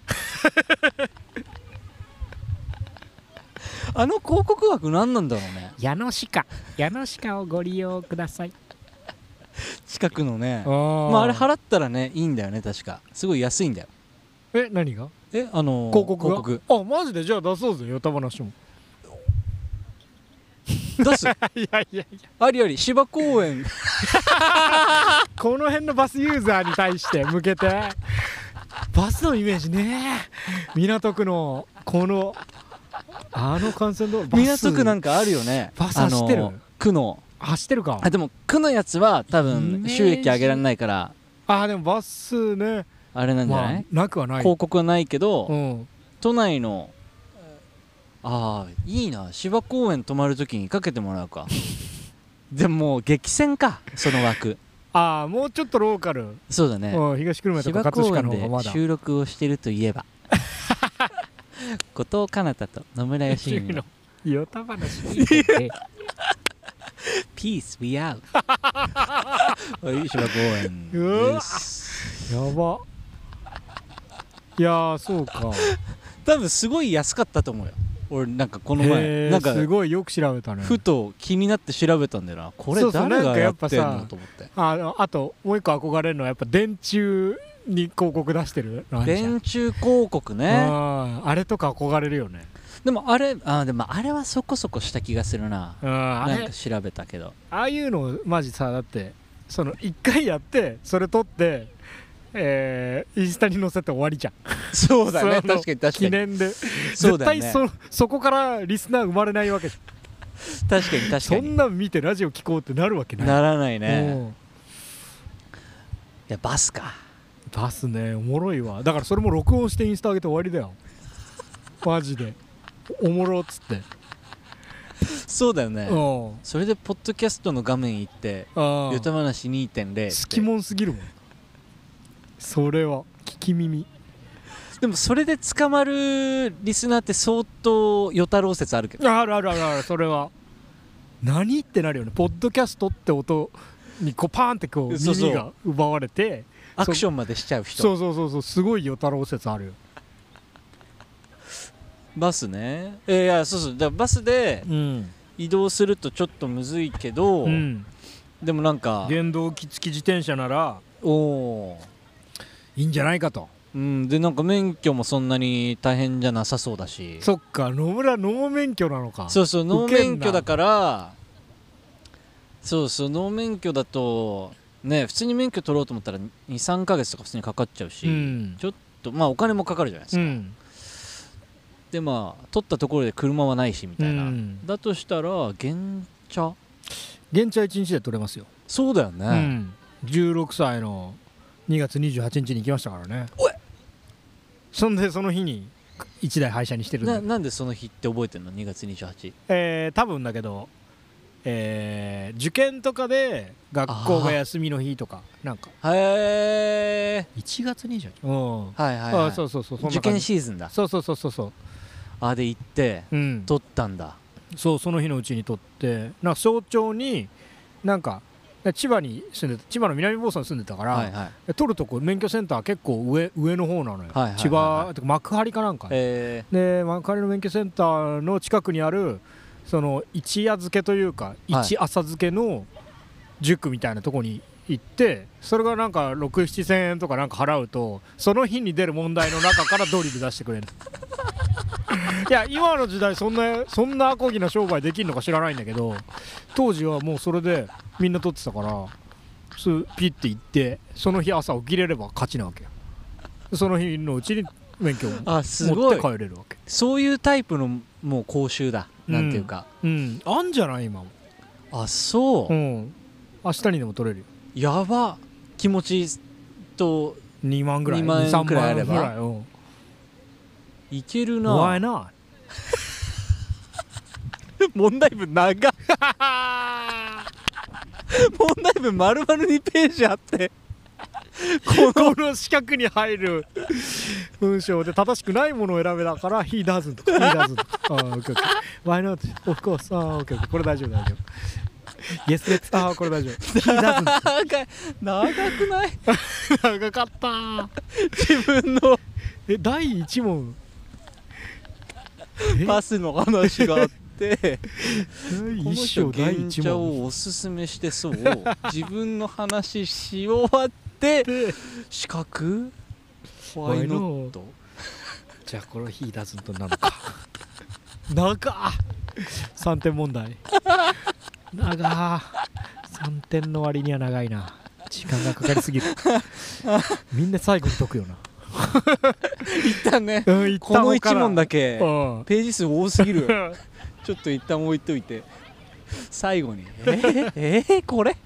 Speaker 3: あの広告枠何なんだろうね。
Speaker 5: 矢野鹿をご利用ください
Speaker 3: 近くのねまああれ払ったらねいいんだよね確かすごい安いんだよ。
Speaker 5: 何が
Speaker 3: 広
Speaker 5: 告あマジでじゃあ出そうぜヨタ話も
Speaker 3: 出す
Speaker 5: いや
Speaker 3: あり芝公園
Speaker 5: この辺のバスユーザーに対して向けてバスのイメージね港区のこの幹線道路
Speaker 3: 港区なんかあるよね。
Speaker 5: バス走ってる
Speaker 3: 区の
Speaker 5: 走ってるか。
Speaker 3: でも区のやつは多分収益上げられないから
Speaker 5: でもバスね
Speaker 3: あれなんじゃない、
Speaker 5: なくはない
Speaker 3: 広告はないけど、都内のいいな芝公園泊まるときにかけてもらうかでももう激戦かその枠
Speaker 5: もうちょっとローカル
Speaker 3: そうだね
Speaker 5: 東久留米とか
Speaker 3: 芝公
Speaker 5: 葛飾の方が
Speaker 3: 園で
Speaker 5: まだ
Speaker 3: 収録をしてるといえば後藤かなたと野村義美の
Speaker 5: ヨタ話
Speaker 3: ピースウィアウ芝公園です
Speaker 5: やばいやそうか
Speaker 3: 多分すごい安かったと思うよ。俺なんかこの前なんか
Speaker 5: すごいよく調べたね。
Speaker 3: ふと気になって調べたんだよな。これ誰がやってんのと思って。
Speaker 5: あともう一個憧れるのはやっぱ電柱に広告出してる
Speaker 3: 電柱広告ね。
Speaker 5: あれとか憧れるよね。
Speaker 3: でもあれはそこそこした気がするな。なんか調べたけど
Speaker 5: ああいうのマジさだってその1回やってそれ撮ってインスタに載せて終わりじゃん。
Speaker 3: そうだね確かに
Speaker 5: 記念で
Speaker 3: そうだね、
Speaker 5: 絶対そこからリスナー生まれないわけじ
Speaker 3: ゃん。確かに
Speaker 5: そんなん見てラジオ聞こうってなるわけない。
Speaker 3: ならないね。いやバスね
Speaker 5: おもろいわ。だからそれも録音してインスタ上げて終わりだよマジでおもろっつって
Speaker 3: そうだよね。それでポッドキャストの画面行ってヨタ話 2.0
Speaker 5: 好きもんすぎるもんそれは聞き耳。
Speaker 3: でもそれで捕まるリスナーって相当与太郎説あるけど。
Speaker 5: あるそれは何ってなるよね。ポッドキャストって音にこうパーンってこう耳が奪われて
Speaker 3: アクションまでしちゃう人。
Speaker 5: そうすごい与太郎説あるよ。
Speaker 3: バスね。いやそうだからバスで移動するとちょっとむずいけど、でもなんか
Speaker 5: 電動機付き自転車ならいいんじゃないかと。
Speaker 3: でなんか免許もそんなに大変じゃなさそうだし。
Speaker 5: そっか野村ノー免許なのか。
Speaker 3: そうノー免許だからノー免許だとね普通に免許取ろうと思ったら 2,3 ヶ月とか普通にかかっちゃうし、ちょっとお金もかかるじゃないですか。で取ったところで車はないしみたいな、だとしたら原茶
Speaker 5: 1日で取れますよ。
Speaker 3: そうだよね、
Speaker 5: 16歳の2月28日に行きましたからね。そんでその日に1台廃車にしてるんだ。
Speaker 3: なんでその日って覚えてんの？2月28。
Speaker 5: 多分だけど、受験とかで学校が休みの日とかなんか
Speaker 3: へえ
Speaker 5: 1月28日
Speaker 3: はい
Speaker 5: そう
Speaker 3: 受験シーズンだ。
Speaker 5: そう
Speaker 3: で行って取ったんだ。
Speaker 5: その日のうちに取って早朝になんか千葉の南房総に住んでたから、取るとこ免許センター結構上の方なのよ。千葉幕張かなんかで幕張の免許センターの近くにあるその一夜漬けというか一朝漬けの塾みたいなとこに行ってそれがなんか6,7千円とかなんか払うとその日に出る問題の中からドリル出してくれるいや今の時代そんなアコギな商売できるのか知らないんだけど当時はもうそれでみんな取ってたからピッて行ってその日朝起きれれば勝ちなわけよ。その日のうちに免許を持って帰れるわけ。
Speaker 3: そういうタイプのもう講習だ、なんていうか
Speaker 5: あんじゃない今も。
Speaker 3: そう
Speaker 5: 明日にでも取れるよ。
Speaker 3: やば気持ちと
Speaker 5: 2万ぐらい
Speaker 3: 2万円くらいあればいけるな。
Speaker 5: Why not?
Speaker 3: 問題文長っ問題文丸々2ページあって
Speaker 5: この四角に入る文章で正しくないものを選べだから He doesn't とか He doesn't とかOK Why not Of course OK これ大丈夫大丈夫Yes let's これ大丈夫 He doesn't
Speaker 3: 長くない
Speaker 5: 長かった
Speaker 3: 自分の
Speaker 5: 第1問
Speaker 3: パスの話があってこの
Speaker 5: 一
Speaker 3: 人
Speaker 5: 章第
Speaker 3: 原
Speaker 5: 1
Speaker 3: 茶
Speaker 5: 問
Speaker 3: をおすすめしてそう自分の話し終わって四角Why not
Speaker 5: じゃあこれ He doesn't なのか長っ3点問題長っ3点の割には長いな時間がかかりすぎるみんな最後に解くよな
Speaker 3: 一旦ね
Speaker 5: この
Speaker 3: この1問だけ
Speaker 5: うん
Speaker 3: ページ数多すぎるちょっと一旦置いといて最後にこれ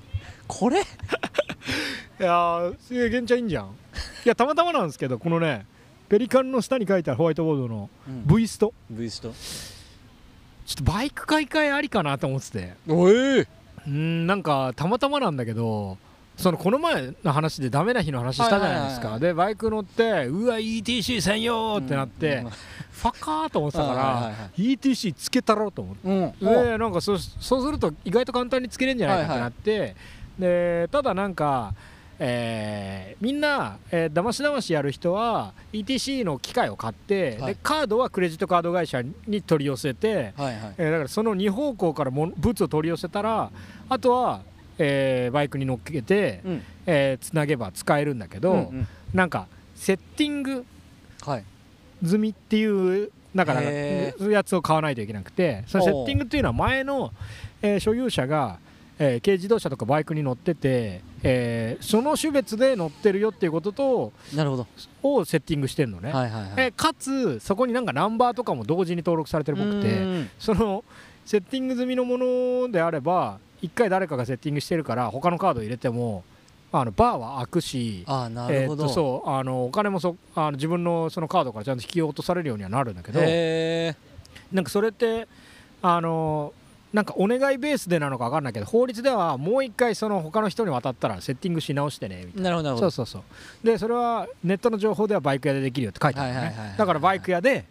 Speaker 5: いやーすげえ原茶いいんじゃんいやたまたまなんですけどこのねペリカンの下に書いてあるホワイトボードの V スト、
Speaker 3: V スト
Speaker 5: ちょっとバイク買い替えありかなと思っててなんかたまたまなんだけどこの前の話でダメな日の話したじゃないですかでバイク乗ってうわ ETC 専用ってなって、ファカーと思ってたから、ETC つけたろうと思って、でなんかそうすると意外と簡単につけれるんじゃないかってなって、でただなんか、みんな、だましだましやる人は ETC の機械を買って、でカードはクレジットカード会社に取り寄せて、だからその2方向から物を取り寄せたらあとはバイクに乗っけて、つなげば使えるんだけど、なんかセッティング済みっていうだからやつを買わないといけなくて、そのセッティングっていうのは前の、所有者が、軽自動車とかバイクに乗ってて、その種別で乗ってるよっていうことと
Speaker 3: なるほど
Speaker 5: をセッティングしてるのね、かつそこになんかナンバーとかも同時に登録されてるっぽくて、そのセッティング済みのものであれば1回誰かがセッティングしてるから他のカード入れてもバーは開くし、
Speaker 3: なるほど、
Speaker 5: そうお金も自分のそのカードからちゃんと引き落とされるようにはなるんだけど、なんかそれってなんかお願いベースでなのか分かんないけど法律ではもう一回その他の人に渡ったらセッティングし直してねみたいな。
Speaker 3: なるほど
Speaker 5: そうでそれはネットの情報ではバイク屋でできるよって書いてあるね。だからバイク屋で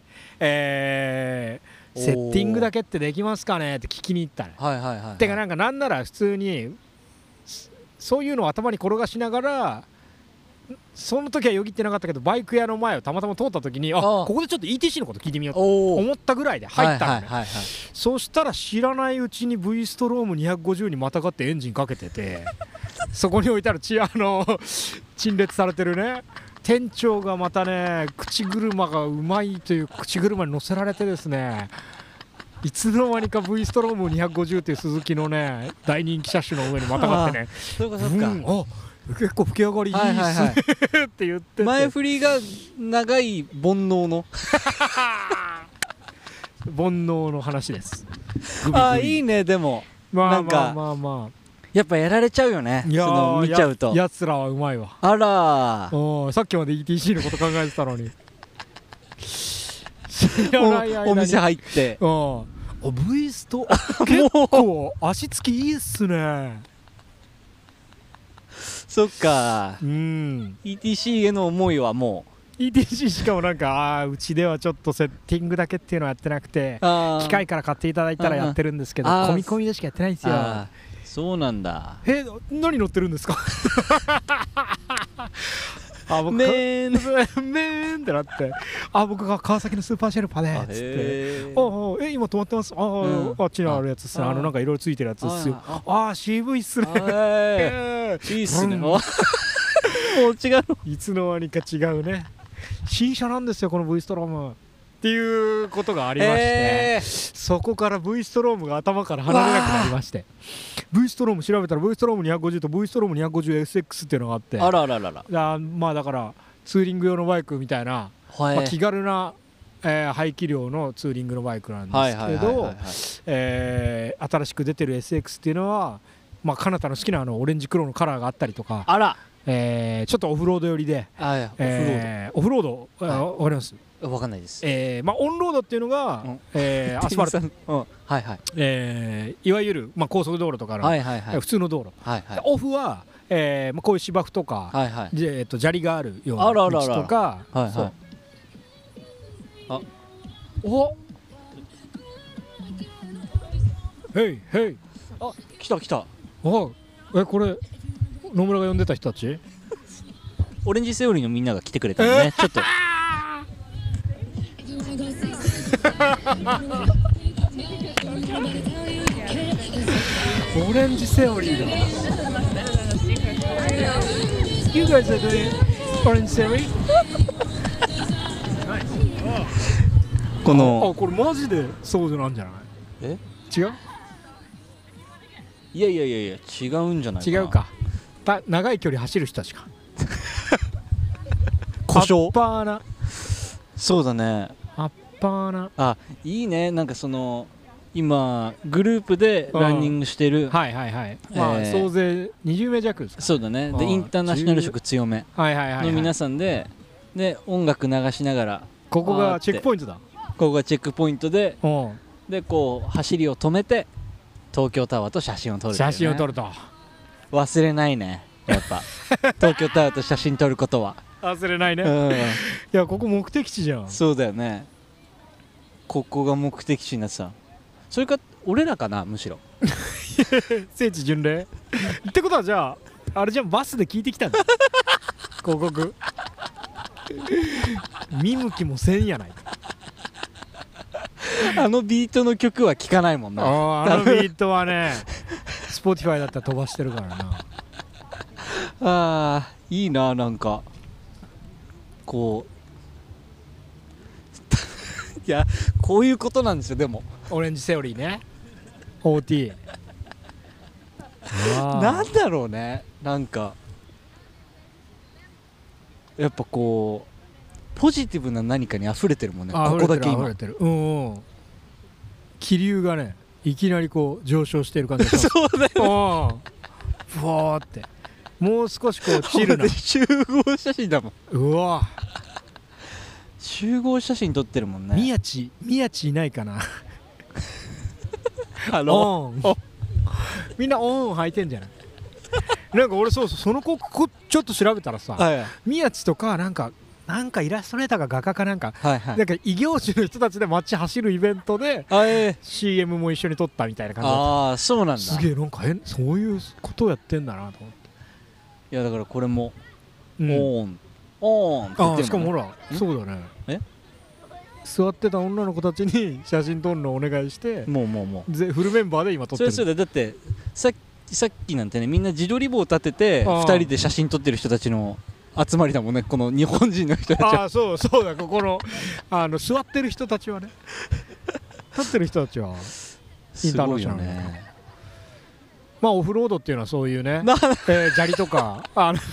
Speaker 5: セッティングだけってできますかねって聞きに行ったね。てかなんなら普通にそういうのを頭に転がしながらその時はよぎってなかったけどバイク屋の前をたまたま通った時にここでちょっと ETC のこと聞いてみようと思ったぐらいで入ったのね。そしたら知らないうちに V ストローム250にまたがってエンジンかけててそこに置いてある陳列されてるね店長がまたね口車がうまいという口車に乗せられてですね、いつの間にか V ストローム250というスズキのね大人気車種の上にまたがってね結構吹き上がりいいっすねって言ってて、
Speaker 3: 前振りが長い煩悩の
Speaker 5: 煩悩の話です。
Speaker 3: いいね。でも
Speaker 5: まあ
Speaker 3: やっぱやられちゃうよね。見ちゃうと
Speaker 5: やつらはうまいわ。
Speaker 3: あら
Speaker 5: さっきまで ETC のこと考えてたのに
Speaker 3: お店入って
Speaker 5: V スト結構足つきいいっすね。
Speaker 3: そっか。ETC への思いはもう
Speaker 5: ETC しかもなんかうちではちょっとセッティングだけっていうのはやってなくて機械から買っていただいたらやってるんですけど込み込みでしかやってないんですよ。
Speaker 3: そうなんだ。
Speaker 5: 何乗ってるんですか僕めーんってなって僕が川崎のスーパーシェルパでっつって今止まってます。あっちにあるやつっすね。なんかいろいろついてるやつっすよ。渋いっすね。
Speaker 3: いいっすね。もう違うの。
Speaker 5: いつの間にか違うね。新車なんですよこの V ストロームっていうことがありまして、そこから V ストロームが頭から離れなくなりまして V ストローム調べたら V ストローム250と V ストローム 250SX っていうのがあって、まあだからツーリング用のバイクみたいな、気軽な排気量のツーリングのバイクなんですけど、新しく出てる SX っていうのはかなたの好きなオレンジ黒のカラーがあったりとか、ちょっとオフロード寄りでオフロードわかります？
Speaker 3: わかんないです。
Speaker 5: オンロードっていうのがアスファルト、いわゆる高速道路とかの普通の道路、オフはこういう芝生とか、
Speaker 3: はいはい、
Speaker 5: 砂利があるような道とか、
Speaker 3: はいはい、
Speaker 5: あおへいへい、
Speaker 3: あ来た来た、
Speaker 5: あこれ野村が呼んでた人たち
Speaker 3: オレンジセオリーのみんなが来てくれたんでね、ちょっと
Speaker 5: オレンジセオリーだ。You guys are doing orange theory?
Speaker 3: この
Speaker 5: これマジでそうじゃなんじゃない？
Speaker 3: え？
Speaker 5: 違う？
Speaker 3: いや違うんじゃないかな。
Speaker 5: 違うか。長い距離走る人たちか。
Speaker 3: 故障？
Speaker 5: アッパーな。
Speaker 3: そうだね。
Speaker 5: アッパーな。
Speaker 3: あ、いいね。なんかその今グループでランニングしてる、
Speaker 5: はいはいはい、総勢20名弱ですか。
Speaker 3: そうだね。でインターナショナル色強めの皆さんで、音楽流しながら、
Speaker 5: ここがチェックポイントだ。
Speaker 3: ここがチェックポイントで、でこう走りを止めて東京タワーと写真を撮る、ね、
Speaker 5: 写真を撮ると
Speaker 3: 忘れないね、やっぱ東京タワーと写真撮ることは
Speaker 5: 忘れないね、いやここ目的地じゃん。
Speaker 3: そうだよね、ここが目的地になってた。それか俺らかな、むしろ
Speaker 5: 聖地巡礼ってことは、じゃああれじゃん、バスで聞いてきたんだ広告見向きもせんやないか。
Speaker 3: あのビートの曲は聴かないもんな。
Speaker 5: あのビートはねSpotify だったら飛ばしてるからな。
Speaker 3: いいな、なんかこういやこういうことなんですよ。でも
Speaker 5: オレンジセオリーね、 OT
Speaker 3: なんだろうね、なんかやっぱこうポジティブな何かに溢れてるもんね、ここだけ今。
Speaker 5: 気流がねいきなりこう上昇してる感じが
Speaker 3: そうだよね、
Speaker 5: ふわーって、もう少しこうチルな
Speaker 3: 集合写真だもん。
Speaker 5: うわ
Speaker 3: 集合写真撮ってるもんね。
Speaker 5: 宮地いないかな
Speaker 3: オン
Speaker 5: みんなオン履いてんじゃないなんか俺その子ちょっと調べたらさ、宮地とかなんかイラストレーターか画家かなんか、なんか異業種の人たちで街走るイベントで CM も一緒に撮ったみたいな感じだった。
Speaker 3: ああそうなんだ。
Speaker 5: すげえ、なんかそういうことをやってんだなと思って。
Speaker 3: いやだからこれもオンって言ってるもんね。
Speaker 5: しかもほらそうだね、座ってた女の子たちに写真撮るのをお願いして、もうフルメンバーで今撮ってる。
Speaker 3: そうだ、だってさっきなんてね、みんな自撮り棒を立てて2人で写真撮ってる人たちの集まりだもんね、この日本人の人たちは。
Speaker 5: そうだ、ここの座ってる人たちはね立ってる人たちはインターナショナルね。まあオフロードっていうのはそういうね、砂利とか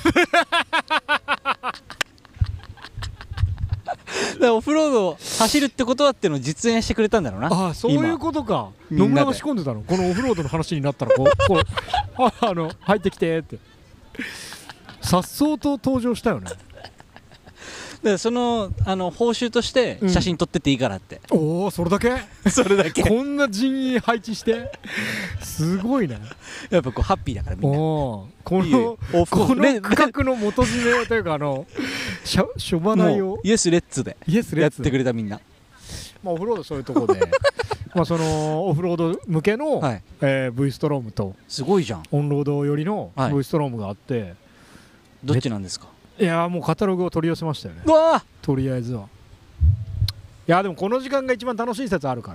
Speaker 3: オフロードを走るってことはっていうのを実演してくれたんだろうな。
Speaker 5: そういうことか。野村が仕込んでたの、このオフロードの話になったらこう入ってきてってさっそうと登場したよね。
Speaker 3: でその報酬として写真撮ってっていいからって、
Speaker 5: おお、それだけ
Speaker 3: それだけ
Speaker 5: こんな人員配置してすごいね。
Speaker 3: やっぱこうハッピーだからみんな。
Speaker 5: この区画の元締めというか諸場内を
Speaker 3: イエスレッツでやってくれたみんな。
Speaker 5: オフロードそういうところでそのオフロード向けの V ストロームと、
Speaker 3: すごいじゃん、
Speaker 5: オンロード寄りの V ストロームがあって。
Speaker 3: どっちなんですか？
Speaker 5: いやもうカタログを取り寄せましたよね、とりあえずは。いやでもこの時間が一番楽しい説あるから。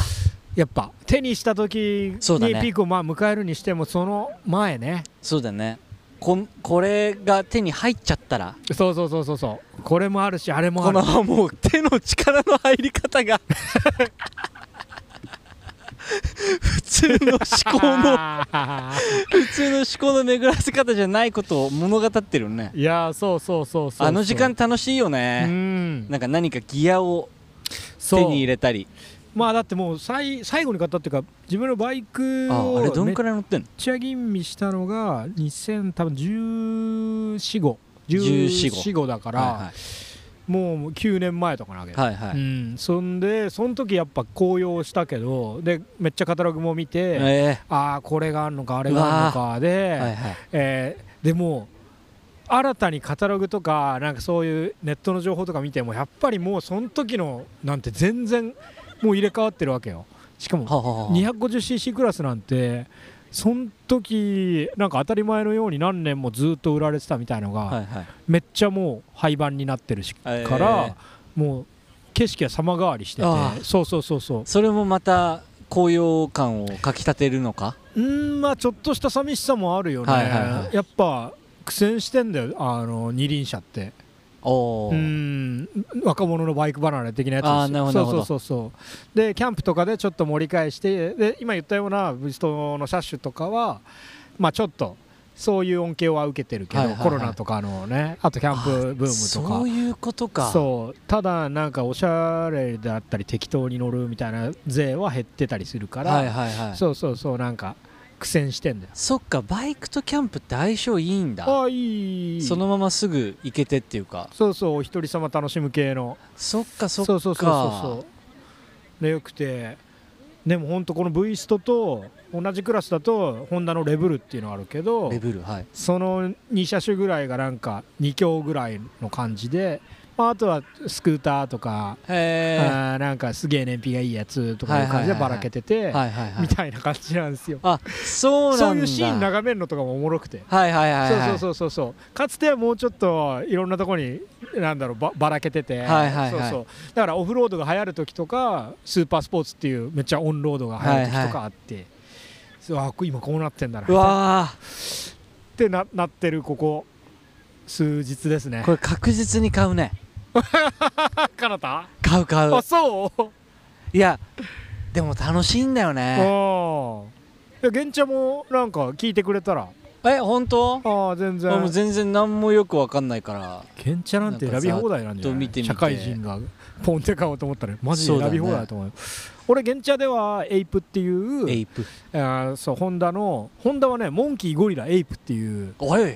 Speaker 5: やっぱ手にした時にピークを迎えるにしても、その前ね。
Speaker 3: そうだね、これが手に入っちゃったら、
Speaker 5: そうこれもあるしあれもある。
Speaker 3: このもう手の力の入り方が普通の思考の巡らせ方じゃないことを物語ってるね。
Speaker 5: いやそう
Speaker 3: あの時間楽しいよね。なんか何かギアを手に入れたり。
Speaker 5: だってもう最後に買ったっていうか、自分のバイクを
Speaker 3: あれどんくらい乗ってんの？
Speaker 5: めっちゃ吟味したのが2014、15だから、 もう9年前とかなわけよ、
Speaker 3: はいはい、
Speaker 5: そんでその時やっぱ高揚したけど、でめっちゃカタログも見て、ああこれがあるのかあれがあるのかで、はいはい、でも新たにカタログとかなんかそういうネットの情報とか見てもやっぱりもうその時のなんて全然もう入れ替わってるわけよ。しかも 250cc クラスなんてその時なんか当たり前のように何年もずっと売られてたみたいのがめっちゃもう廃盤になってるしからもう景色が様変わりしてて、そうそうそうそう、
Speaker 3: それもまた高揚感をかきたてるのか。
Speaker 5: まあちょっとした寂しさもあるよね、はいはいはい、やっぱ苦戦してんだよ二輪車って。若者のバイク離れ的なやつですよ。そうそうそうでキャンプとかでちょっと盛り返して、で今言ったようなブーストの車種とかはまあちょっとそういう恩恵は受けてるけど、はいはいはい、コロナとかのね、あとキャンプブームとか、
Speaker 3: そういうことか。
Speaker 5: そう、ただなんかおしゃれだったり適当に乗るみたいな税は減ってたりするから、はいはいはい、そうそうそう、なんか苦戦してんだよ。
Speaker 3: そっか、バイクとキャンプって相性いいんだ。
Speaker 5: あ、いい。そ
Speaker 3: のまますぐ行けてっていうか。
Speaker 5: そうそう、お一人様楽しむ系の。
Speaker 3: そっかそっか。そうそうそう
Speaker 5: そうでよくて、でも本当この V ストと同じクラスだとホンダのレブルっていうのがあるけど、
Speaker 3: レブル、はい、
Speaker 5: その2車種ぐらいがなんか2強ぐらいの感じで、まあ、あとはスクーターとかなんかすげえ燃費がいいやつとかいう感じでばらけててみたいな感じなんですよ。
Speaker 3: あ、そうなんだ。
Speaker 5: そういうシーン眺めるのとかもおもろくて、
Speaker 3: はいはいはい、はい、
Speaker 5: そうかつてはもうちょっといろんなところになんだろう ばらけてて、はいはいはい、そうそう、だからオフロードが流行る時とかスーパースポーツっていうめっちゃオンロードが流行る時とかあって、はいはい、今こうなってんだな
Speaker 3: うわ
Speaker 5: ってなってるここ数日ですね。
Speaker 3: これ確実に買うね。
Speaker 5: かなた
Speaker 3: 買う。
Speaker 5: あ、そう。
Speaker 3: いやでも楽しいんだよね。
Speaker 5: いや、玄茶もなんか聞いてくれたら。
Speaker 3: 本当？
Speaker 5: ああ、全然。
Speaker 3: もう全然何もよく分かんないから。
Speaker 5: 玄茶なんて選び放題なんじゃない？社会人がポンって買おうと思ったらマジで選び放題だと思う。俺玄茶ではエイプっていうそう、ホンダはね、モンキーゴリラエイプっていう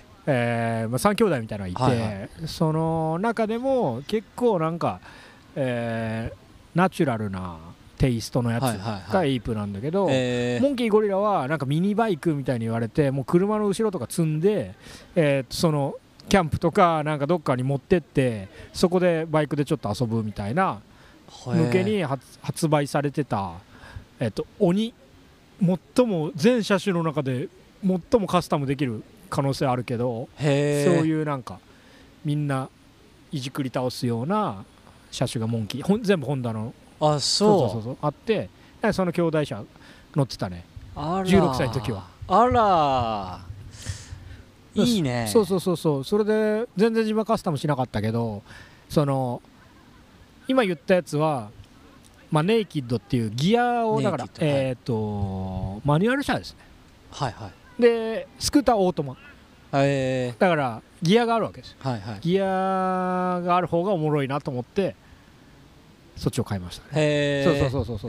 Speaker 5: 3兄弟みたいなのがいて、はいはい、その中でも結構なんか、ナチュラルなテイストのやつがエイプなんだけど、モンキーゴリラはなんかミニバイクみたいに言われて、もう車の後ろとか積んで、そのキャンプとかなんかどっかに持ってってそこでバイクでちょっと遊ぶみたいな向けに発売されてた、鬼、最も全車種の中で最もカスタムできる可能性あるけど、そういうなんかみんないじくり倒すような車種がモンキー全部ホンダのそうあって、その兄弟車乗ってたね。16歳の時は。
Speaker 3: あらいいね。
Speaker 5: そうそれで全然自分はカスタムしなかったけど、その今言ったやつは、まあ、ネイキッドっていうギアをだから、マニュアル車ですね。はいはい。でスクーターオートマ、だからギアがあるわけですよ、はいはい、ギアがある方がおもろいなと思ってそっちを買いましたね。そう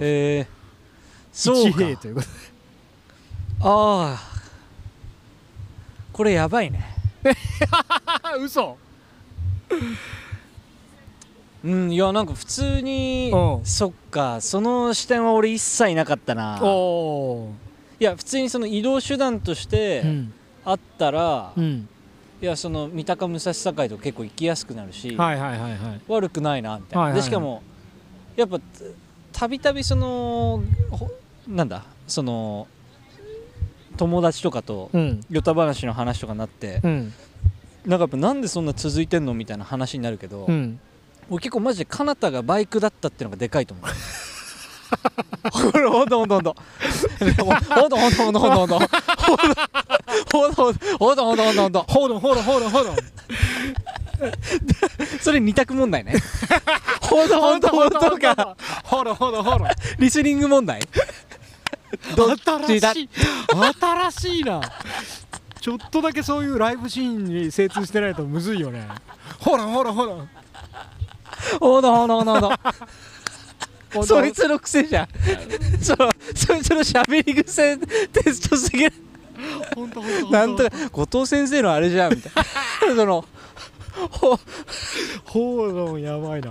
Speaker 5: 1兵ということで。
Speaker 3: ああ、これやばいね。
Speaker 5: 嘘。
Speaker 3: いやなんか普通に、そっか、その視点は俺一切なかったな。いや普通にその移動手段としてあったら、いやその三鷹武蔵境と結構行きやすくなるし、悪くないなみたいな。でしかもやっぱたびたびそのなんだその友達とかとヨタ話の話とかになって、なんかやっぱなんでそんな続いてんのみたいな話になるけど、俺結構マジでカナタがバイクだったっていうのがでかいと思う。ほんとそれ二択問題ね。ほんとかリスニング問題。
Speaker 5: 新しいな。ちょっとだけそういうライブシーンに精通してないとむずいよね。ほら
Speaker 3: そいつの癖じゃん。そいつの喋り癖テストすぎる。なんとか後藤先生のあれじゃんみたいな。その
Speaker 5: ホードンやばいな。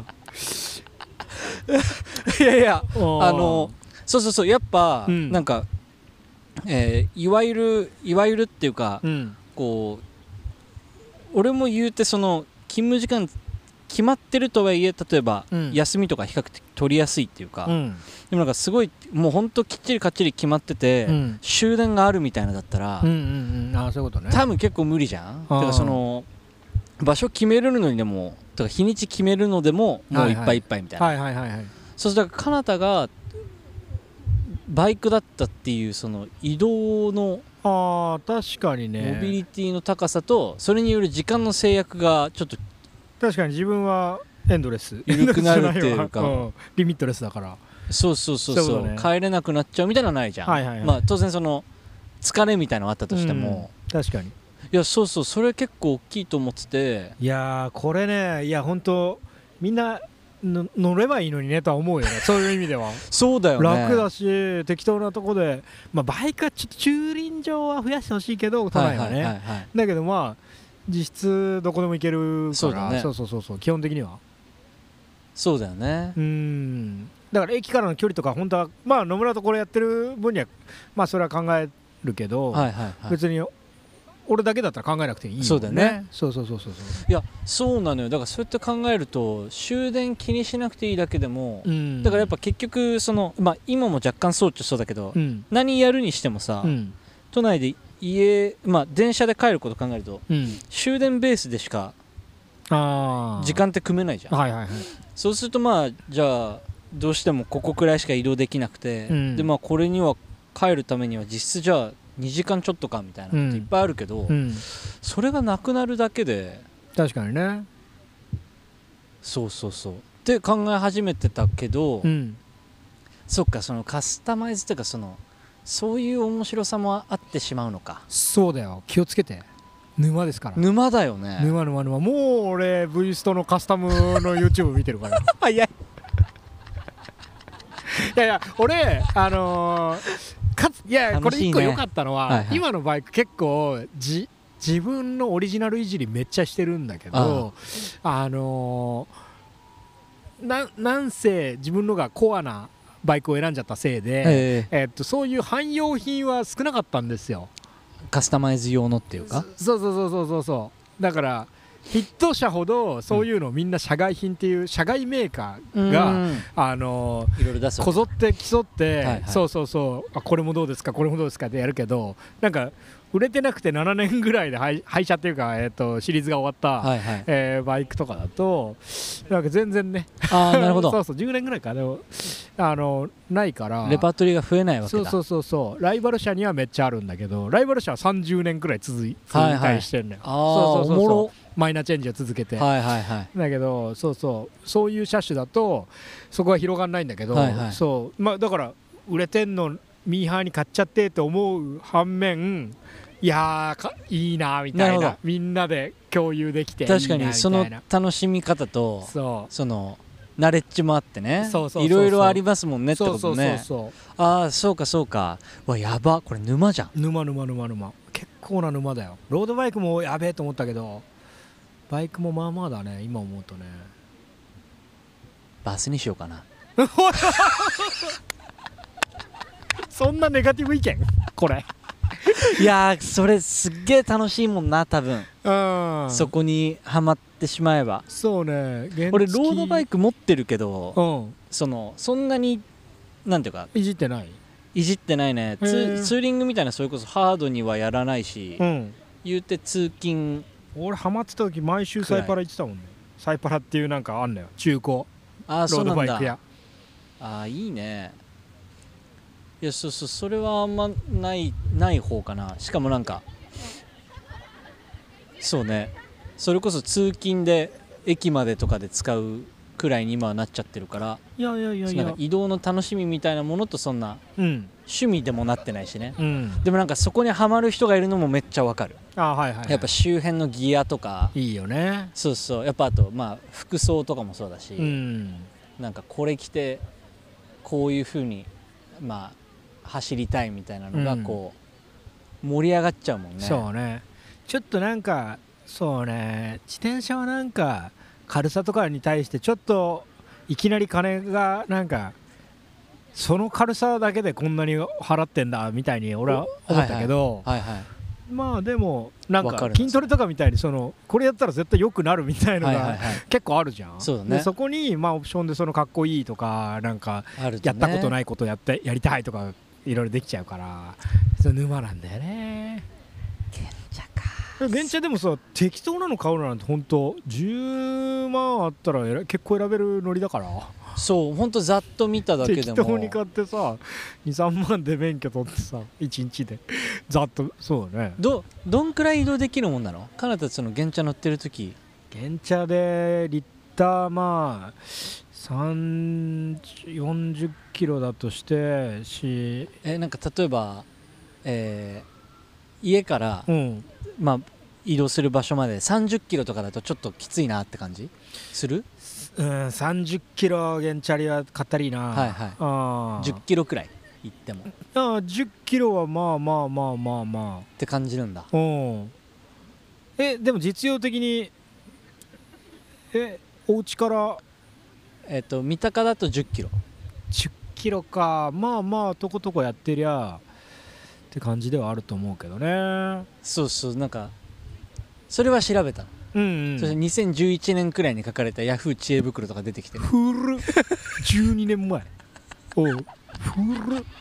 Speaker 3: いやいやそうそうそう、やっぱ、なんか、いわゆるっていうか、こう俺も言うてその勤務時間決まってるとはいえ、例えば、休みとか比較的取りやすいっていうか、でもなんかすごいもうほんときっちりかっちり決まってて、終電があるみたいなだったら、
Speaker 5: そういうことね。
Speaker 3: 多分結構無理じゃん。だからその場所決めるのにでもとか日にち決めるのでももういっぱいいっぱいみたいな。そうするとかなたがバイクだったっていうその移動の
Speaker 5: 確かにね、
Speaker 3: モビリティの高さとそれによる時間の制約がちょっと
Speaker 5: 確かに自分はエンドレス
Speaker 3: 緩くなるっていうか
Speaker 5: リミットレスだから、
Speaker 3: そう帰れなくなっちゃうみたいなのはないじゃん。まあ当然その疲れみたいなのがあったとしても、
Speaker 5: 確かに
Speaker 3: いやそうそれ結構大きいと思ってて、
Speaker 5: いやこれね、いや本当みんな乗ればいいのにねとは思うよね。そういう意味では
Speaker 3: そうだよね、
Speaker 5: 楽だし適当なとこで、バイクはちょっと駐輪場は増やしてほしいけど都内はね、だけど実質どこでも行けるから、そう基本的には
Speaker 3: そうだよね。
Speaker 5: だから駅からの距離とか本当は野村とこれやってる分にはそれは考えるけど、別に俺だけだったら考えなくていいよね。
Speaker 3: そうだよね。いやそうなのよ。だからそうやって考えると終電気にしなくていいだけでも、だからやっぱ結局その今も若干そうっちゃそうだけど、何やるにしてもさ、都内で電車で帰ること考えると、終電ベースでしか時間って組めないじゃん。そうするとじゃあどうしてもここくらいしか移動できなくて、でこれには帰るためには実質じゃあ2時間ちょっとかみたいなこといっぱいあるけど、それがなくなるだけで
Speaker 5: 確かにね、
Speaker 3: そうって考え始めてたけど、そっか、そのカスタマイズというかそういう面白さもあってしまうのか。
Speaker 5: そうだよ、気をつけて、沼ですから。
Speaker 3: 沼だよね。
Speaker 5: 沼もう俺 V ストのカスタムの YouTube 見てるから
Speaker 3: 早い
Speaker 5: いや俺これ1個良かったのは、今のバイク結構自分のオリジナルいじりめっちゃしてるんだけど、なんせ自分のがコアなバイクを選んじゃったせいで、そういう汎用品は少なかったんですよ。
Speaker 3: カスタマイズ用のっていうか、
Speaker 5: そうだからヒット車ほどそういうのをみんな社外品っていう社外メーカーが
Speaker 3: いろいろ出す、
Speaker 5: こぞって競って、これもどうですかこれもどうですかってやるけど、なんか売れてなくて7年ぐらいで廃車っていうか、シリーズが終わった、バイクとかだとなんか全然ね
Speaker 3: なるほど
Speaker 5: 10年ぐらいかないから
Speaker 3: レパートリーが増えないわけだ。
Speaker 5: そうライバル車にはめっちゃあるんだけど、ライバル車は30年くらい続いたりしてるんだよ。マイナーチェンジを続けて、だけどそういう車種だとそこは広がらないんだけど、だから売れてんのミーハーに買っちゃってって思う反面、いやいいなみたいな、みんなで共有できていいなみたいな。
Speaker 3: 確かにその楽しみ方とそのナレッジもあってね、いろいろありますもんねってことね。そうかわ、やば、これ沼じゃん。
Speaker 5: 沼結構な沼だよ。ロードバイクもやべえと思ったけど、バイクもまあまあだね、今思うとね。
Speaker 3: バスにしようかな
Speaker 5: そんなネガティブ意見これ
Speaker 3: いやそれすっげえ楽しいもんな、多分。そこにはまってしまえば。
Speaker 5: そうね、
Speaker 3: 俺ロードバイク持ってるけど、そんなになんていうか
Speaker 5: いじってない
Speaker 3: ね。ツーリングみたいな、それこそハードにはやらないし、言うて通勤。
Speaker 5: 俺ハマってた時毎週サイパラ行ってたもんね。サイパラっていうなんかあんのよ、中古ロードバイク屋。
Speaker 3: いいね。いやそれはあんまない方かな。しかもなんかそうね、それこそ通勤で駅までとかで使うくらいに今はなっちゃってるから、なんか移動の楽しみみたいなものとそんな趣味でもなってないしね、でもなんかそこにはまる人がいるのもめっちゃわかる。やっぱ周辺のギアとか
Speaker 5: いいよね。
Speaker 3: やっぱあと服装とかもそうだし、なんかこれ着てこういう風に走りたいみたいなのがこう盛り上がっちゃうもんね。
Speaker 5: そうね、ちょっとなんかそうね、自転車はなんか軽さとかに対してちょっといきなり金がなんかその軽さだけでこんなに払ってんだみたいに俺は思ったけど、まあでもなんか筋トレとかみたいにそのこれやったら絶対良くなるみたいのが結構あるじゃん。でそこにまあオプションでそのかっこいいとかなんかやったことないことやりたいとかいろいろできちゃうからそれ沼なんだよね。原茶でもさ適当なの買うのなんて本当10万あったら結構選べるノリだから。
Speaker 3: そう本当ざっと見ただけでも
Speaker 5: 適当に買ってさ 2,3 万で免許取ってさ1日でざっと。そうだね。
Speaker 3: どんくらい移動できるもんなの？かなたその原茶乗ってる時。
Speaker 5: 原茶でリッターまあ40キロだとして
Speaker 3: なんか例えば、家から、まあ移動する場所まで30キロとかだとちょっときついなって感じする
Speaker 5: ？30キロ原チャリはかったりな。
Speaker 3: 10キロくらい行っても
Speaker 5: 10キロはまあ
Speaker 3: って感じなんだ。
Speaker 5: でも実用的にお家から
Speaker 3: 三鷹だと10キロ
Speaker 5: 10キロか。まあとことこやってりゃって感じではあると思うけどね。
Speaker 3: そうなんかそれは調べたの。そして2011年くらいに書かれたヤフー知恵袋とか出てきて、ね、
Speaker 5: 古っ12年前おう古っ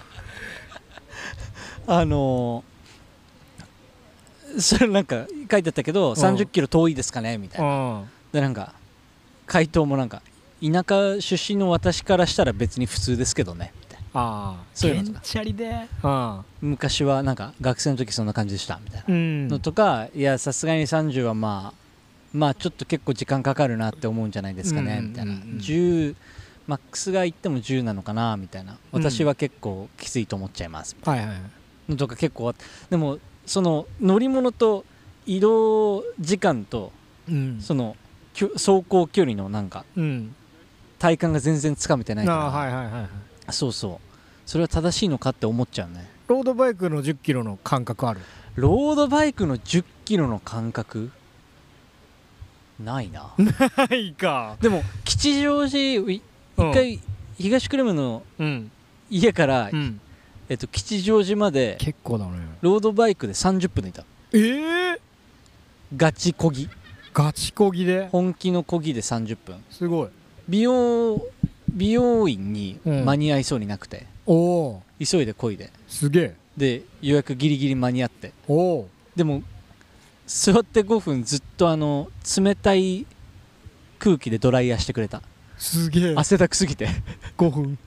Speaker 3: それなんか書いてあったけど30キロ遠いですかねみたいな。でなんか回答もなんか田舎出身の私からしたら別に普通ですけどねみたいな。そういうのとか
Speaker 5: チャリで
Speaker 3: 昔はなんか学生の時そんな感じでしたみたいなのとか、いやさすがに30はまあちょっと結構時間かかるなって思うんじゃないですかねみたいな。10マックスがいっても10なのかなみたいな。私は結構きついと思っちゃいますみたいなのとか結構。でもその乗り物と移動時間とその走行距離のなんか体感が全然つかめてないから、そうそれは正しいのかって思っちゃうね。
Speaker 5: ロードバイクの10キロの感覚ある？
Speaker 3: ロードバイクの10キロの感覚ないな。
Speaker 5: ないか。
Speaker 3: でも吉祥寺一回東久留米の家から吉祥寺まで
Speaker 5: 結構だね。
Speaker 3: ロードバイクで30分でいた。ガチこぎで本気のこぎで30分。
Speaker 5: すごい。
Speaker 3: 美容院に間に合いそうになくて、急いでこいです
Speaker 5: げえ
Speaker 3: で予約ギリギリ間に合って、でも座って5分ずっと冷たい空気でドライヤーしてくれた。
Speaker 5: すげえ
Speaker 3: 汗だくすぎて
Speaker 5: 5分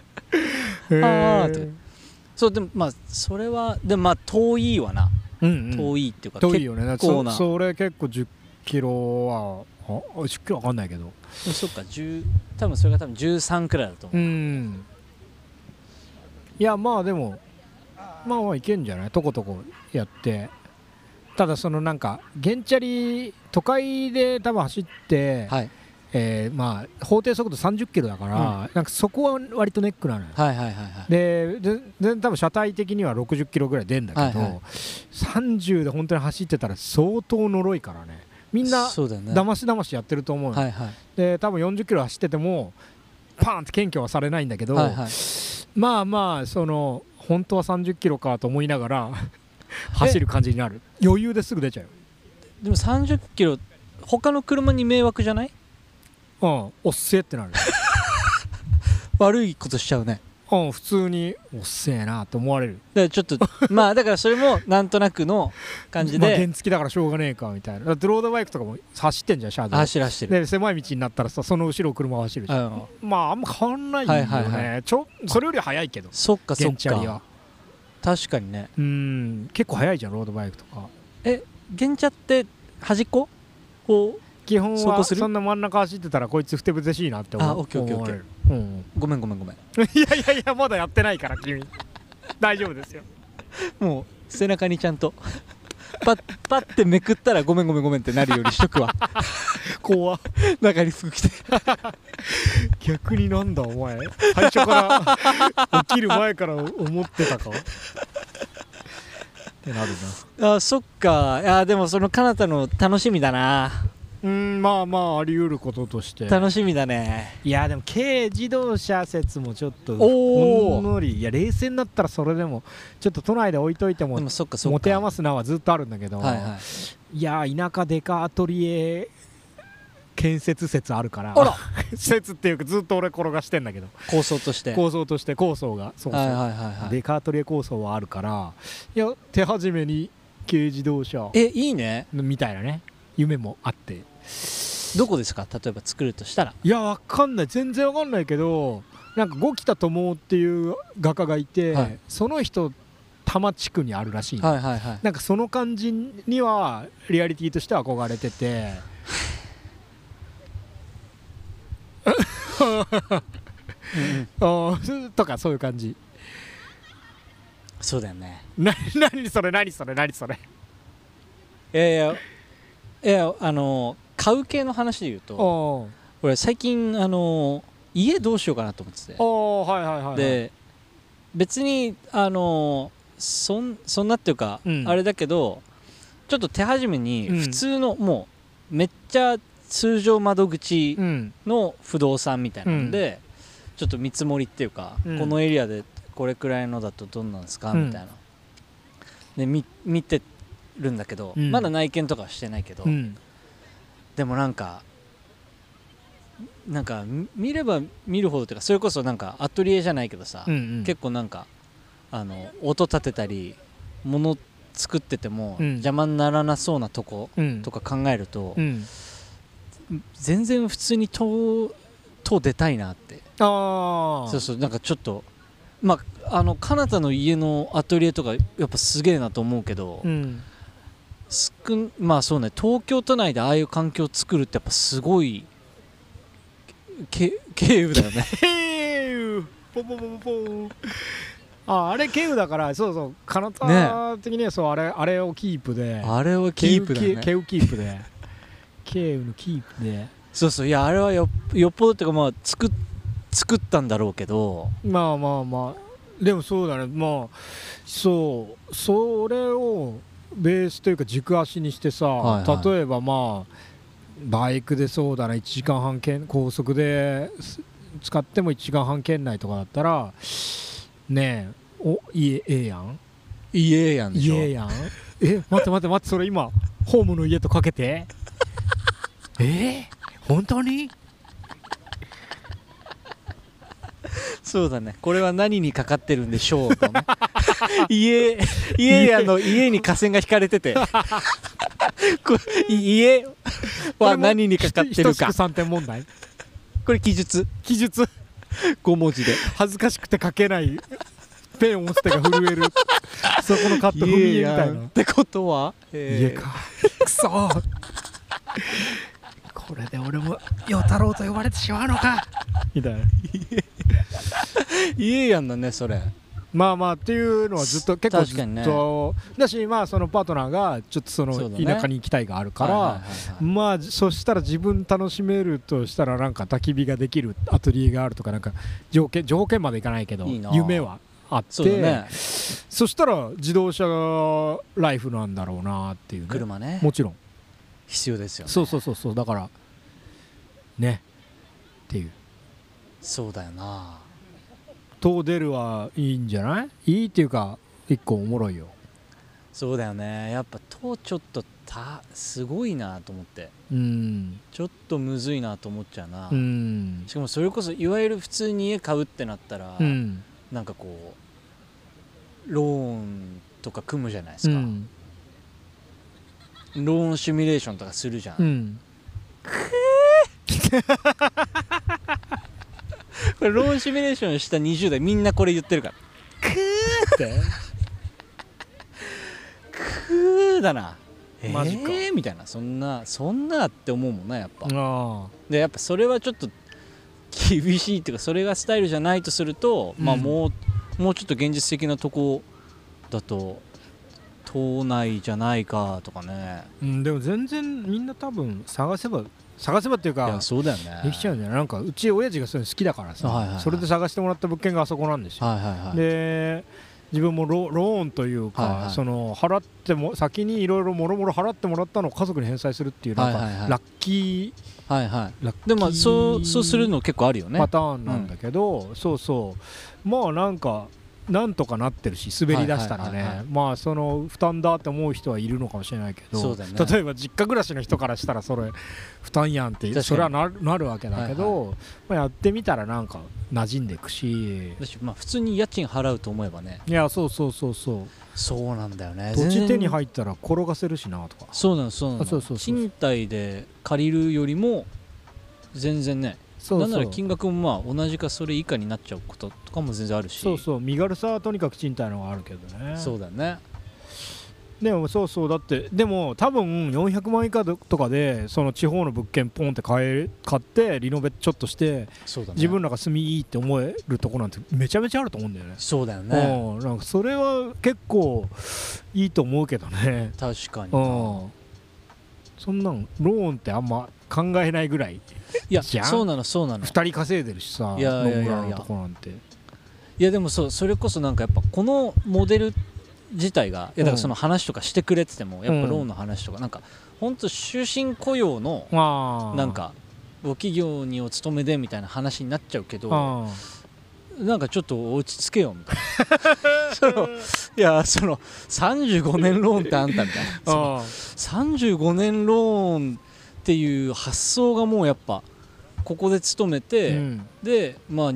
Speaker 3: そう。でもまあそれはでもまあ遠いわな。遠いっていうか
Speaker 5: 遠いよね。それ結構10キロは10キロわかんないけど、
Speaker 3: そっか多分それが13くらいだと思う。
Speaker 5: いやまあでもまあいけんじゃない？とことこやって。ただそのなんか原チャリ都会で多分走って、まあ法定速度30キロだから、なんかそこは割とネックなのよ。で多分車体的には60キロぐらい出るんだけど、30で本当に走ってたら相当呪いからね。みんなだましやってると思うの。で多分40キロ走っててもパーンって検挙はされないんだけど、まあその本当は30キロかと思いながら走る感じになる。余裕ですぐ出ちゃうよ。
Speaker 3: でも30キロ他の車に迷惑じゃない？
Speaker 5: おっせえってなる
Speaker 3: 悪いことしちゃうね。
Speaker 5: 普通におっせえなと思われる。
Speaker 3: だからちょっとまあだからそれもなんとなくの感じで
Speaker 5: 原付だからしょうがねえかみたいな。だってロードバイクとかも走ってんじゃん、車道
Speaker 3: 走ってる。
Speaker 5: で狭い道になったらさ、その後ろ車走るじゃん。まああんま変わんないよね。それよりは速いけど。
Speaker 3: そっかそっか。
Speaker 5: は
Speaker 3: 確かにね。
Speaker 5: 結構速いじゃんロードバイクとか。
Speaker 3: 原茶って端っこを
Speaker 5: 基本はそんな真ん中走ってたらこいつふてぶてしいなって思う。ごめん
Speaker 3: い
Speaker 5: やまだやってないから君大丈夫ですよ。
Speaker 3: もう背中にちゃんとパッてめくったらごめんってなるようにしとくわ。
Speaker 5: 怖っ。
Speaker 3: 中に服着て
Speaker 5: 逆になんだお前最初から起きる前から思ってたか。 ってなるな。
Speaker 3: あ、そっか。いやでもその彼方の楽しみだな。
Speaker 5: まあまああり得ることとして
Speaker 3: 楽しみだね。
Speaker 5: いやでも軽自動車説もちょっとほんのり、いや冷静になったらそれでもちょっと都内で置いといても
Speaker 3: でもそっかそっか
Speaker 5: 持て余すなはずっとあるんだけど、
Speaker 3: はいはい、
Speaker 5: いや田舎デカアトリエ建設説あるから、
Speaker 3: あら
Speaker 5: 説っていうかずっと俺転がしてんだけど、
Speaker 3: 構想として
Speaker 5: 構想がそうそう、
Speaker 3: はいはいはいはい、
Speaker 5: デカアトリエ構想はあるから、いや手始めに軽自動車
Speaker 3: いいね
Speaker 5: みたいなね夢もあって。
Speaker 3: どこですか、例えば作るとしたら。
Speaker 5: いやわかんない、全然わかんないけど、なんか五木田智っていう画家がいて、はい、その人多摩地区にあるらしい、
Speaker 3: はいはいはい、
Speaker 5: なんかその感じにはリアリティとしては憧れててとかそういう感じ。
Speaker 3: そうだよね。
Speaker 5: 何それ
Speaker 3: いや買う系の話で言うと、俺最近家どうしようかなと思ってて、
Speaker 5: はいはいはい、
Speaker 3: で別にそんなっていうか、あれだけどちょっと手始めに普通の、もうめっちゃ通常窓口の不動産みたいなので、ちょっと見積もりっていうか、このエリアでこれくらいのだとどんなんですかみたいなで見てるんだけど、まだ内見とかはしてないけど、でもなんか見れば見るほどっていうか、それこそなんかアトリエじゃないけどさ、結構なんか音立てたり物作ってても邪魔にならなそうなとことか考えると、全然普通に塔出たいなって。そうそう、なんかちょっとまあ彼方の家のアトリエとかやっぱすげえなと思うけど、まあそうね、東京都内でああいう環境を作るってやっぱすごい軽有だよね。
Speaker 5: 軽有ポポポポポあれ軽有だから、そうそう、彼方的にはそう、あれをキープで、
Speaker 3: あれをキープだね、
Speaker 5: 軽有キープで軽有のキープで、
Speaker 3: そうそう、いやあれはよっぽどっていうか、まあ作ったんだろうけど、
Speaker 5: まあでもそうだね、まあそうそれをベースというか軸足にしてさ、はいはい、例えばまあバイクでそうだな1時間半高速で使っても1時間半圏内とかだったらねえ、家やんでしょ。家やん待ってそれ今ホームの家とかけて本当に
Speaker 3: そうだね、これは何にかかってるんでしょうとね家の家に架線が引かれてて家は何にかかってるか。
Speaker 5: 3点問題。
Speaker 3: これ記述5文字で
Speaker 5: 恥ずかしくて書けないペンを持つ手が震えるそこのカット踏み絵みたいな
Speaker 3: ってことは、
Speaker 5: 家かくそこれで俺も与太郎と呼ばれてしまうのかみたいな
Speaker 3: 家やんだねそれ。
Speaker 5: まあっていうのはずっと結構ずっと、ね、だし、まあそのパートナーがちょっとその田舎に行きたいがあるから、まあそしたら自分楽しめるとしたらなんか焚き火ができるアトリエがあるとか、なんか条件までいかないけど夢はあって、ね、そしたら自動車ライフなんだろうなっていう、ね、
Speaker 3: 車ね、
Speaker 5: もちろん
Speaker 3: 必要ですよね。
Speaker 5: そうだからねっていう。そう
Speaker 3: だよな。
Speaker 5: 塔出るはいいんじゃない？いいっていうか一個おもろいよ。
Speaker 3: そうだよね、やっぱ塔ちょっとすごいなと思って、ちょっとむずいなと思っちゃうな。しかもそれこそいわゆる普通に家買うってなったら、なんかこうローンとか組むじゃないですか、ローンシミュレーションとかするじゃん、これローンシミュレーションした20代みんなこれ言ってるから、クーってクーだな、
Speaker 5: マジか
Speaker 3: みたいな、そんなって思うもんなやっぱ。でやっぱそれはちょっと厳しいっていうか、それがスタイルじゃないとすると、まあもうちょっと現実的なとこだと島内じゃないかとかね。
Speaker 5: でも全然みんな多分探せばっていうか、
Speaker 3: いやそうだよね、
Speaker 5: できちゃうんじゃない。なんかうち親父がそういうの好きだからさ、それで探してもらった物件があそこなんですよ。で自分もローンというか、その払っても先にいろいろもろもろ払ってもらったのを家族に返済するっていうなんかラッキー
Speaker 3: でもそうするの結構あるよね
Speaker 5: パターンなんだけど、そうそうまあなんとかなってるし滑り出したらね、まあその負担だって思う人はいるのかもしれないけど、例えば実家暮らしの人からしたらそれ負担やんってそれはなるわけだけど、やってみたらなんか馴染んでいくし、
Speaker 3: まあ普通に家賃払うと思えばね、
Speaker 5: いやそう
Speaker 3: なんだよね。
Speaker 5: 土地手に入ったら転がせるしなとか、
Speaker 3: そうなの賃貸で借りるよりも全然ね、なんなら金額もまあ同じかそれ以下になっちゃうこととかも全然あるし、
Speaker 5: 身軽さはとにかく賃貸の方があるけどね。
Speaker 3: そうだね。
Speaker 5: でもだってでも多分400万以下とかでその地方の物件ポンって買ってリノベちょっとして、自分らが住みいいって思えるとこなんてめちゃめちゃあると思うんだよね。
Speaker 3: そうだよね。
Speaker 5: なんかそれは結構いいと思うけどね。
Speaker 3: 確かに。
Speaker 5: そんなんローンってあんま考えないぐらい。
Speaker 3: いやそうなの
Speaker 5: 2人稼いでるしさ、野村のとこなんて。
Speaker 3: いやでもそれこそなんかやっぱこのモデル自体が、いやだからその話とかしてくれててもやっぱローンの話とかなんか本当終身雇用のなんかご企業にお勤めでみたいな話になっちゃうけど、なんかちょっと落ち着けよみたいな。いやその35年ローンってあんたみたいな、35年ローンっていう発想がもうやっぱここで勤めて、でまあ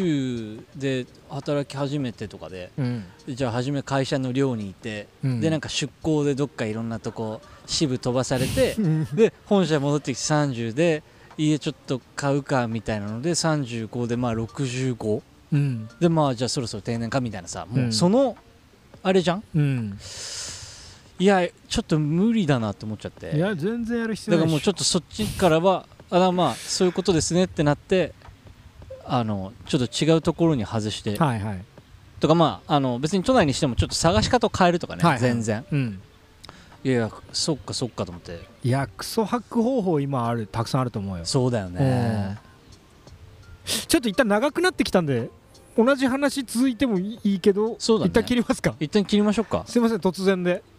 Speaker 3: 20で働き始めてとかで、じゃあ初め会社の寮にいて、でなんか出向でどっかいろんなとこ支部飛ばされて、で本社戻ってきて30で家ちょっと買うかみたいなので35でまあ65、でまあじゃあそろそろ定年かみたいなさ、もうそのあれじゃん、いやちょっと無理だなって思っちゃって。
Speaker 5: いや全然やる必要ない。
Speaker 3: だからもうちょっとそっちからはまあそういうことですねってなって、ちょっと違うところに外して、とかまあ別に都内にしてもちょっと探し方を変えるとかね、全然、いやそっかと思って。
Speaker 5: いやクソハック方法今たくさんあると思うよ。
Speaker 3: そうだよね。
Speaker 5: ちょっと一旦長くなってきたんで同じ話続いてもいいけど、一旦切りますか。
Speaker 3: 一旦切りましょうか。
Speaker 5: すいません突然で。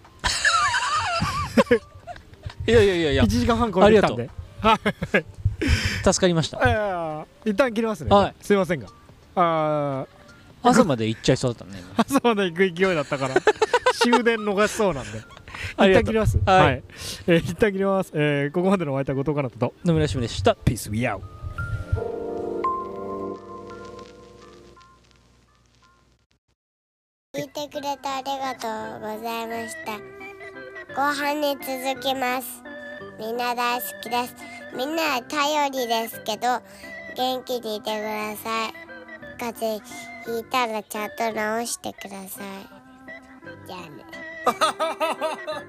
Speaker 3: いや1
Speaker 5: 時間半これできたんで
Speaker 3: 助かりました。
Speaker 5: 一旦切りますね。すいませんが、
Speaker 3: 朝まで行っちゃいそうだったね。
Speaker 5: 朝まで行く勢いだったから終電逃しそうなんで一旦切ります。一旦切ります。ここまでのお相手は後藤かなたと
Speaker 3: 野村しみでした。
Speaker 5: ピースウィアウ。
Speaker 4: 聞いてくれてありがとうございました。後半に続きます。みんな大好きです。みんな頼りですけど元気にいてください。風邪ひいたらちゃんと治してください。じゃあね。